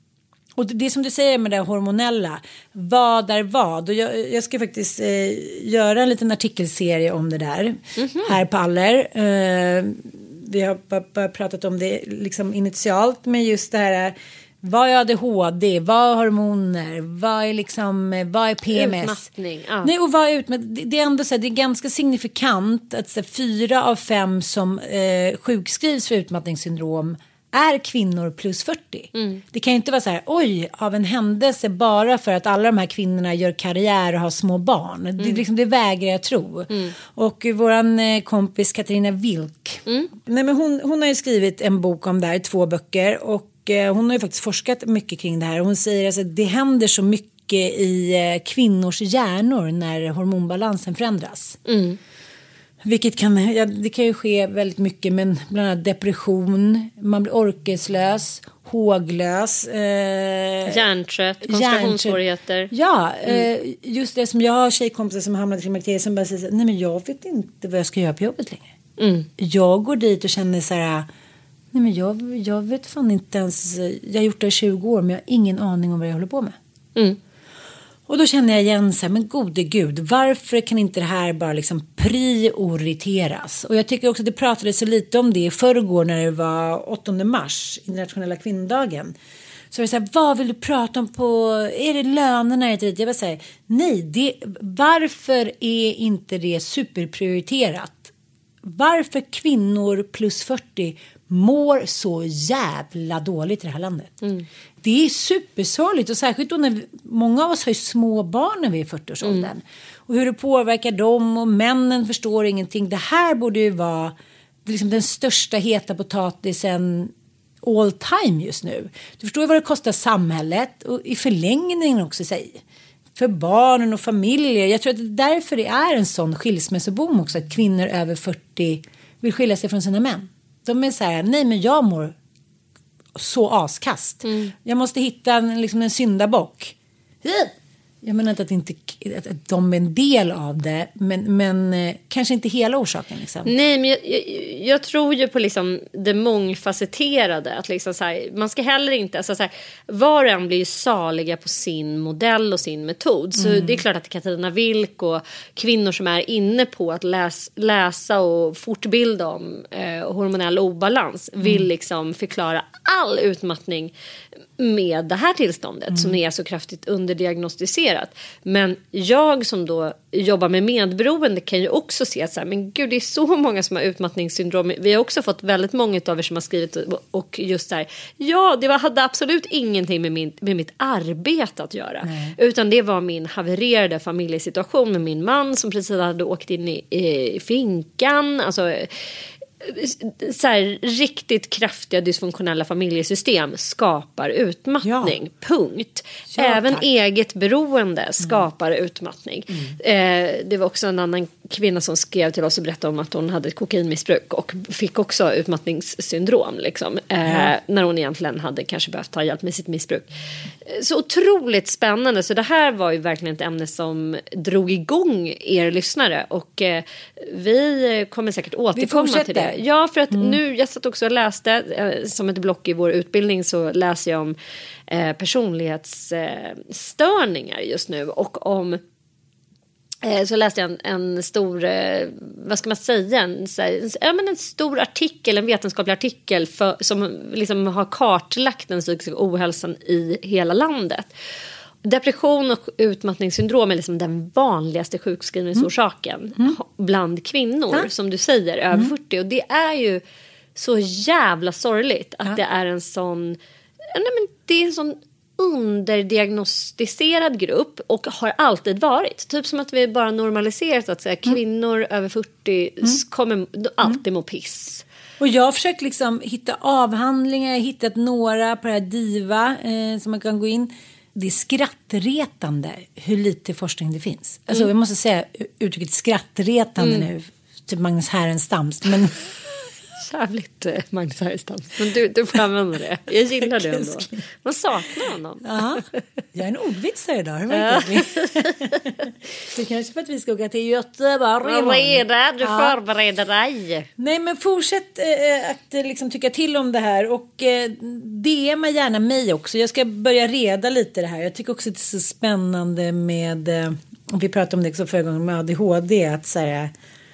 Speaker 6: Och det som du säger med det hormonella, vad är vad? Och jag, jag ska faktiskt eh, göra en liten artikelserie om det där mm-hmm. här på Aller. Eh, vi har bara pratat om det liksom initialt med just det här, vad är A D H D, vad är hormoner, vad är liksom, vad är P M S?
Speaker 7: Utmattning, ja.
Speaker 6: Nej, och vad är utmattning? Det, det är ändå så här, det är ganska signifikant att så här, fyra av fem som eh, sjukskrivs för utmattningssyndrom är kvinnor plus fyrtio. Mm. Det kan ju inte vara så här, oj, av en händelse bara för att alla de här kvinnorna gör karriär och har små barn. Mm. Det, liksom, det vägrar jag tro. Mm. Och våran eh, kompis Katarina Wilk, mm. nej, men hon, hon har ju skrivit en bok om det här, två böcker. Och eh, hon har ju faktiskt forskat mycket kring det här. Hon säger alltså att det händer så mycket i eh, kvinnors hjärnor när hormonbalansen förändras. Mm. Vilket kan, ja, det kan ju ske väldigt mycket, men bland annat depression, man blir orkeslös, håglös. Eh,
Speaker 7: hjärntrött, koncentrationssvårigheter.
Speaker 6: Ja, mm. eh, just det som jag har tjejkompisar som hamnat i klimakteriet som bara säger, nej men jag vet inte vad jag ska göra på jobbet längre. Mm. Jag går dit och känner så här, nej men jag, jag vet fan inte ens, jag har gjort det i tjugo år men jag har ingen aning om vad jag håller på med. Mm. Och då känner jag igen så här, men gode gud, varför kan inte det här bara liksom prioriteras? Och jag tycker också att det pratades så lite om det i förrgår när det var åttonde mars, internationella kvinnodagen. Så jag säger, vad vill du prata om på, är det lönerna? Jag vill säga, nej, det, varför är inte det superprioriterat? Varför kvinnor plus fyrtio mår så jävla dåligt i det här landet? Mm. Det är supersorgligt och särskilt då när många av oss har ju små barn när vi är fyrtio-årsåldern. Mm. Och hur det påverkar dem och männen förstår ingenting. Det här borde ju vara liksom den största heta potatisen all time just nu. Du förstår ju vad det kostar samhället och i förlängningen också sig. För barnen och familjer. Jag tror att det är därför det är en sån skilsmässoboom också. Att kvinnor över fyrtio vill skilja sig från sina män. De är så här, nej men jag mår så askast. Mm. Jag måste hitta en, liksom en syndabock. Jag menar inte att, inte att de är en del av det. Men, men eh, kanske inte hela orsaken. Liksom.
Speaker 7: Nej, men jag, jag, jag tror ju på liksom det mångfacetterade. Att liksom så här, man ska heller inte... Alltså så här, var och en blir ju saliga på sin modell och sin metod. Så mm. det är klart att Katarina Wilk och kvinnor som är inne på att läs, läsa och fortbilda om eh, hormonell obalans mm. vill liksom förklara all utmattning med det här tillståndet mm. som är så kraftigt underdiagnostiserat. Men jag som då jobbar med medberoende kan ju också se att så här, men gud, det är så många som har utmattningssyndrom. Vi har också fått väldigt många av er som har skrivit och just så här, ja, det var, hade absolut ingenting med, min, med mitt arbete att göra. Nej. Utan det var min havererade familjesituation med min man som precis hade åkt in i, i finkan. Alltså så här, riktigt kraftiga dysfunktionella familjesystem skapar utmattning. Ja. Punkt. Ja, även tack. Eget beroende skapar mm. utmattning. Mm. Eh, det var också en annan kvinna som skrev till oss och berättade om att hon hade ett kokainmissbruk och fick också utmattningssyndrom liksom, eh, ja. när hon egentligen hade kanske behövt ta hjälp med sitt missbruk. Så otroligt spännande. Så det här var ju verkligen ett ämne som drog igång er lyssnare och eh, vi kommer säkert återkomma till det. Ja, för att mm. nu, jag satt också och läste eh, som ett block i vår utbildning så läser jag om eh, personlighetsstörningar eh, just nu och om så läste jag en, en stor, vad ska man säga, en, ja, men en stor artikel, en vetenskaplig artikel för, som liksom har kartlagt den psykiska ohälsan i hela landet. Depression och utmattningssyndrom är liksom den vanligaste sjukskrivningsorsaken mm. bland kvinnor, ja. Som du säger, över mm. fyrtio. Och det är ju så jävla sorgligt att ja. Det är en sån, nej men det är en sån underdiagnostiserad grupp och har alltid varit. Typ som att vi bara normaliserat att säga mm. kvinnor över fyrtio mm. kommer alltid må piss.
Speaker 6: Och jag har försökt liksom hitta avhandlingar, jag har hittat några på det här Diva eh, som man kan gå in. Det är skrattretande hur lite forskning det finns. Alltså mm. jag måste säga uttrycket skrattretande mm. nu, typ Magnus Härenstam, men
Speaker 7: jävligt eh, Magnus Härenstam. Men du, du får använda det. Jag gillar det ändå. Man saknar honom.
Speaker 6: Ja, jag är en ordvitsare idag. Ja. Så kanske för att vi ska åka till Göteborg.
Speaker 7: Reda, du ja. Förbereder dig.
Speaker 6: Nej, men fortsätt eh, att liksom tycka till om det här. Och eh, D M gärna mig också. Jag ska börja reda lite det här. Jag tycker också att det är så spännande med, eh, vi pratade om det också förra gången med A D H D, att så här,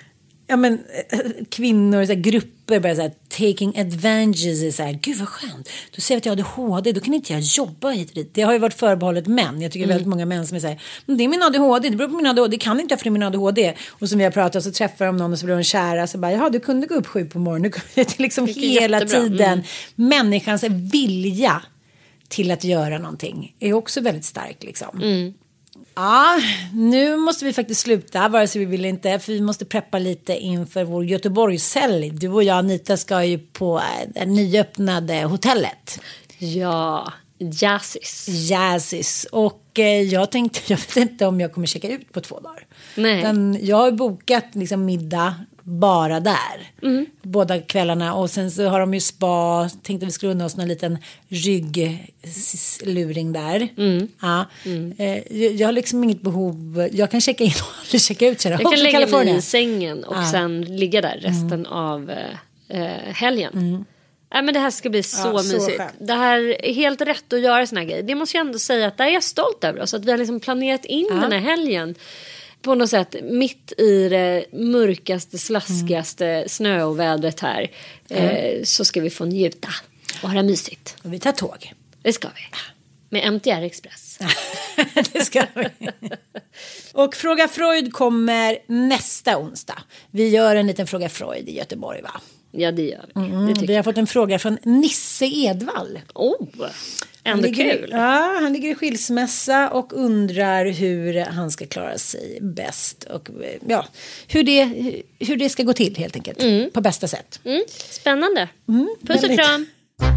Speaker 6: ja, men, kvinnor, så här, grupper börjar så här, taking advantages. Så här, gud vad skönt. Då ser vi att jag har A D H D. Då kan inte jag jobba hit och dit. Det har ju varit förbehållet män. Jag tycker mm. väldigt många män som är så här, men det är min A D H D. Det beror på min A D H D. Det kan inte jag för min A D H D. Och som vi har pratat så träffar de någon och så blir de kära. Så bara, jaha, du kunde gå upp sju på morgonen. Det är liksom hela jättebra. Tiden. Mm. Människans vilja till att göra någonting är också väldigt stark liksom. Mm. Ja, nu måste vi faktiskt sluta, vare sig vi vill inte, för vi måste preppa lite inför vår Göteborgshelg. Du och jag, Anita, ska ju på det nyöppnade hotellet.
Speaker 7: Ja, Jazzys.
Speaker 6: Jazzys. Och eh, jag tänkte, jag vet inte om jag kommer checka ut på två dagar.
Speaker 7: Nej.
Speaker 6: Men jag har bokat liksom middag bara där. Mm. Båda kvällarna. Och sen så har de ju spa. Tänkte vi skulle unna oss någon liten ryggluring där. Mm. Ja. Mm. Eh, jag har liksom inget behov. Jag kan checka in och checka ut.
Speaker 7: Jag kan lägga mig i sängen och ja. sen ligga där resten mm. av eh, helgen. Mm. Ja, men det här ska bli så ja, mysigt. Så det här är helt rätt att göra såna här grejer. Det måste jag ändå säga att där är jag stolt över oss. Att vi har liksom planerat in ja. den här helgen. På något sätt mitt i det mörkaste, slaskigaste mm. snöovädret här mm. eh, så ska vi få njuta och ha det mysigt.
Speaker 6: Och vi tar tåg.
Speaker 7: Det ska vi. Med M T R Express.
Speaker 6: Det ska vi. Och Fråga Freud kommer nästa onsdag. Vi gör en liten Fråga Freud i Göteborg, va?
Speaker 7: Ja, det gör vi.
Speaker 6: Mm,
Speaker 7: det
Speaker 6: vi har fått en fråga från Nisse Edvall.
Speaker 7: Oh, ändå ligger, kul.
Speaker 6: Ja, han ligger i skilsmässa och undrar hur han ska klara sig bäst. Och ja, hur det, hur det ska gå till helt enkelt. Mm. På bästa sätt.
Speaker 7: Mm. Spännande. Mm, puss och kram.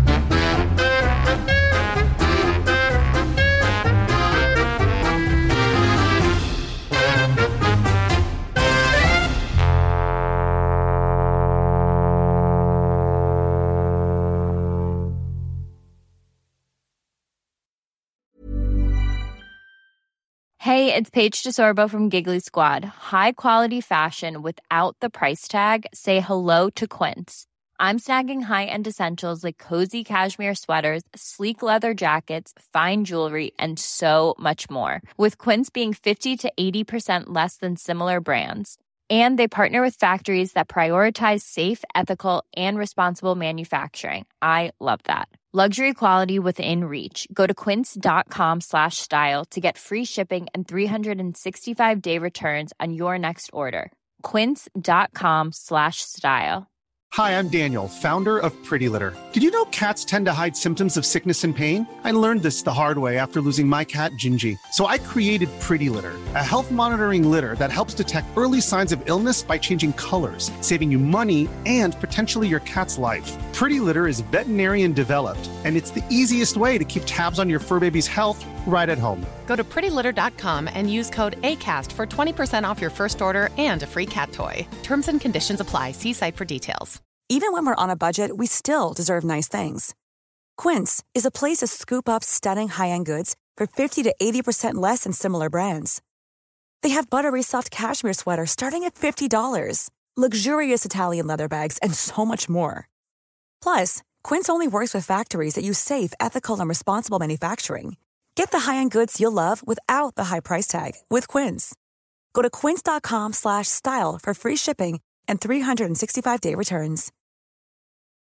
Speaker 17: Hey, it's Paige DeSorbo from Giggly Squad. High quality fashion without the price tag. Say hello to Quince. I'm snagging high-end essentials like cozy cashmere sweaters, sleek leather jackets, fine jewelry, and so much more. With Quince being fifty to eighty percent less than similar brands. And they partner with factories that prioritize safe, ethical, and responsible manufacturing. I love that. Luxury quality within reach. Go to quince.com slash style to get free shipping and three sixty-five day returns on your next order. Quince.com slash style.
Speaker 3: Hi, I'm Daniel, founder of Pretty Litter. Did you know cats tend to hide symptoms of sickness and pain? I learned this the hard way after losing my cat, Gingy. So I created Pretty Litter, a health monitoring litter that helps detect early signs of illness by changing colors, saving you money and potentially your cat's life. Pretty Litter is veterinarian developed, and it's the easiest way to keep tabs on your fur baby's health right at home.
Speaker 4: Go to pretty litter dot com and use code ACAST for twenty percent off your first order and a free cat toy. Terms and conditions apply. See site for details.
Speaker 18: Even when we're on a budget, we still deserve nice things. Quince is a place to scoop up stunning high-end goods for fifty to eighty percent less than similar brands. They have buttery soft cashmere sweaters starting at fifty dollars, luxurious Italian leather bags, and so much more. Plus, Quince only works with factories that use safe, ethical, and responsible manufacturing. Get the high-end goods you'll love without the high price tag with Quince. Go to quince.com slash style for free shipping and three sixty-five day returns.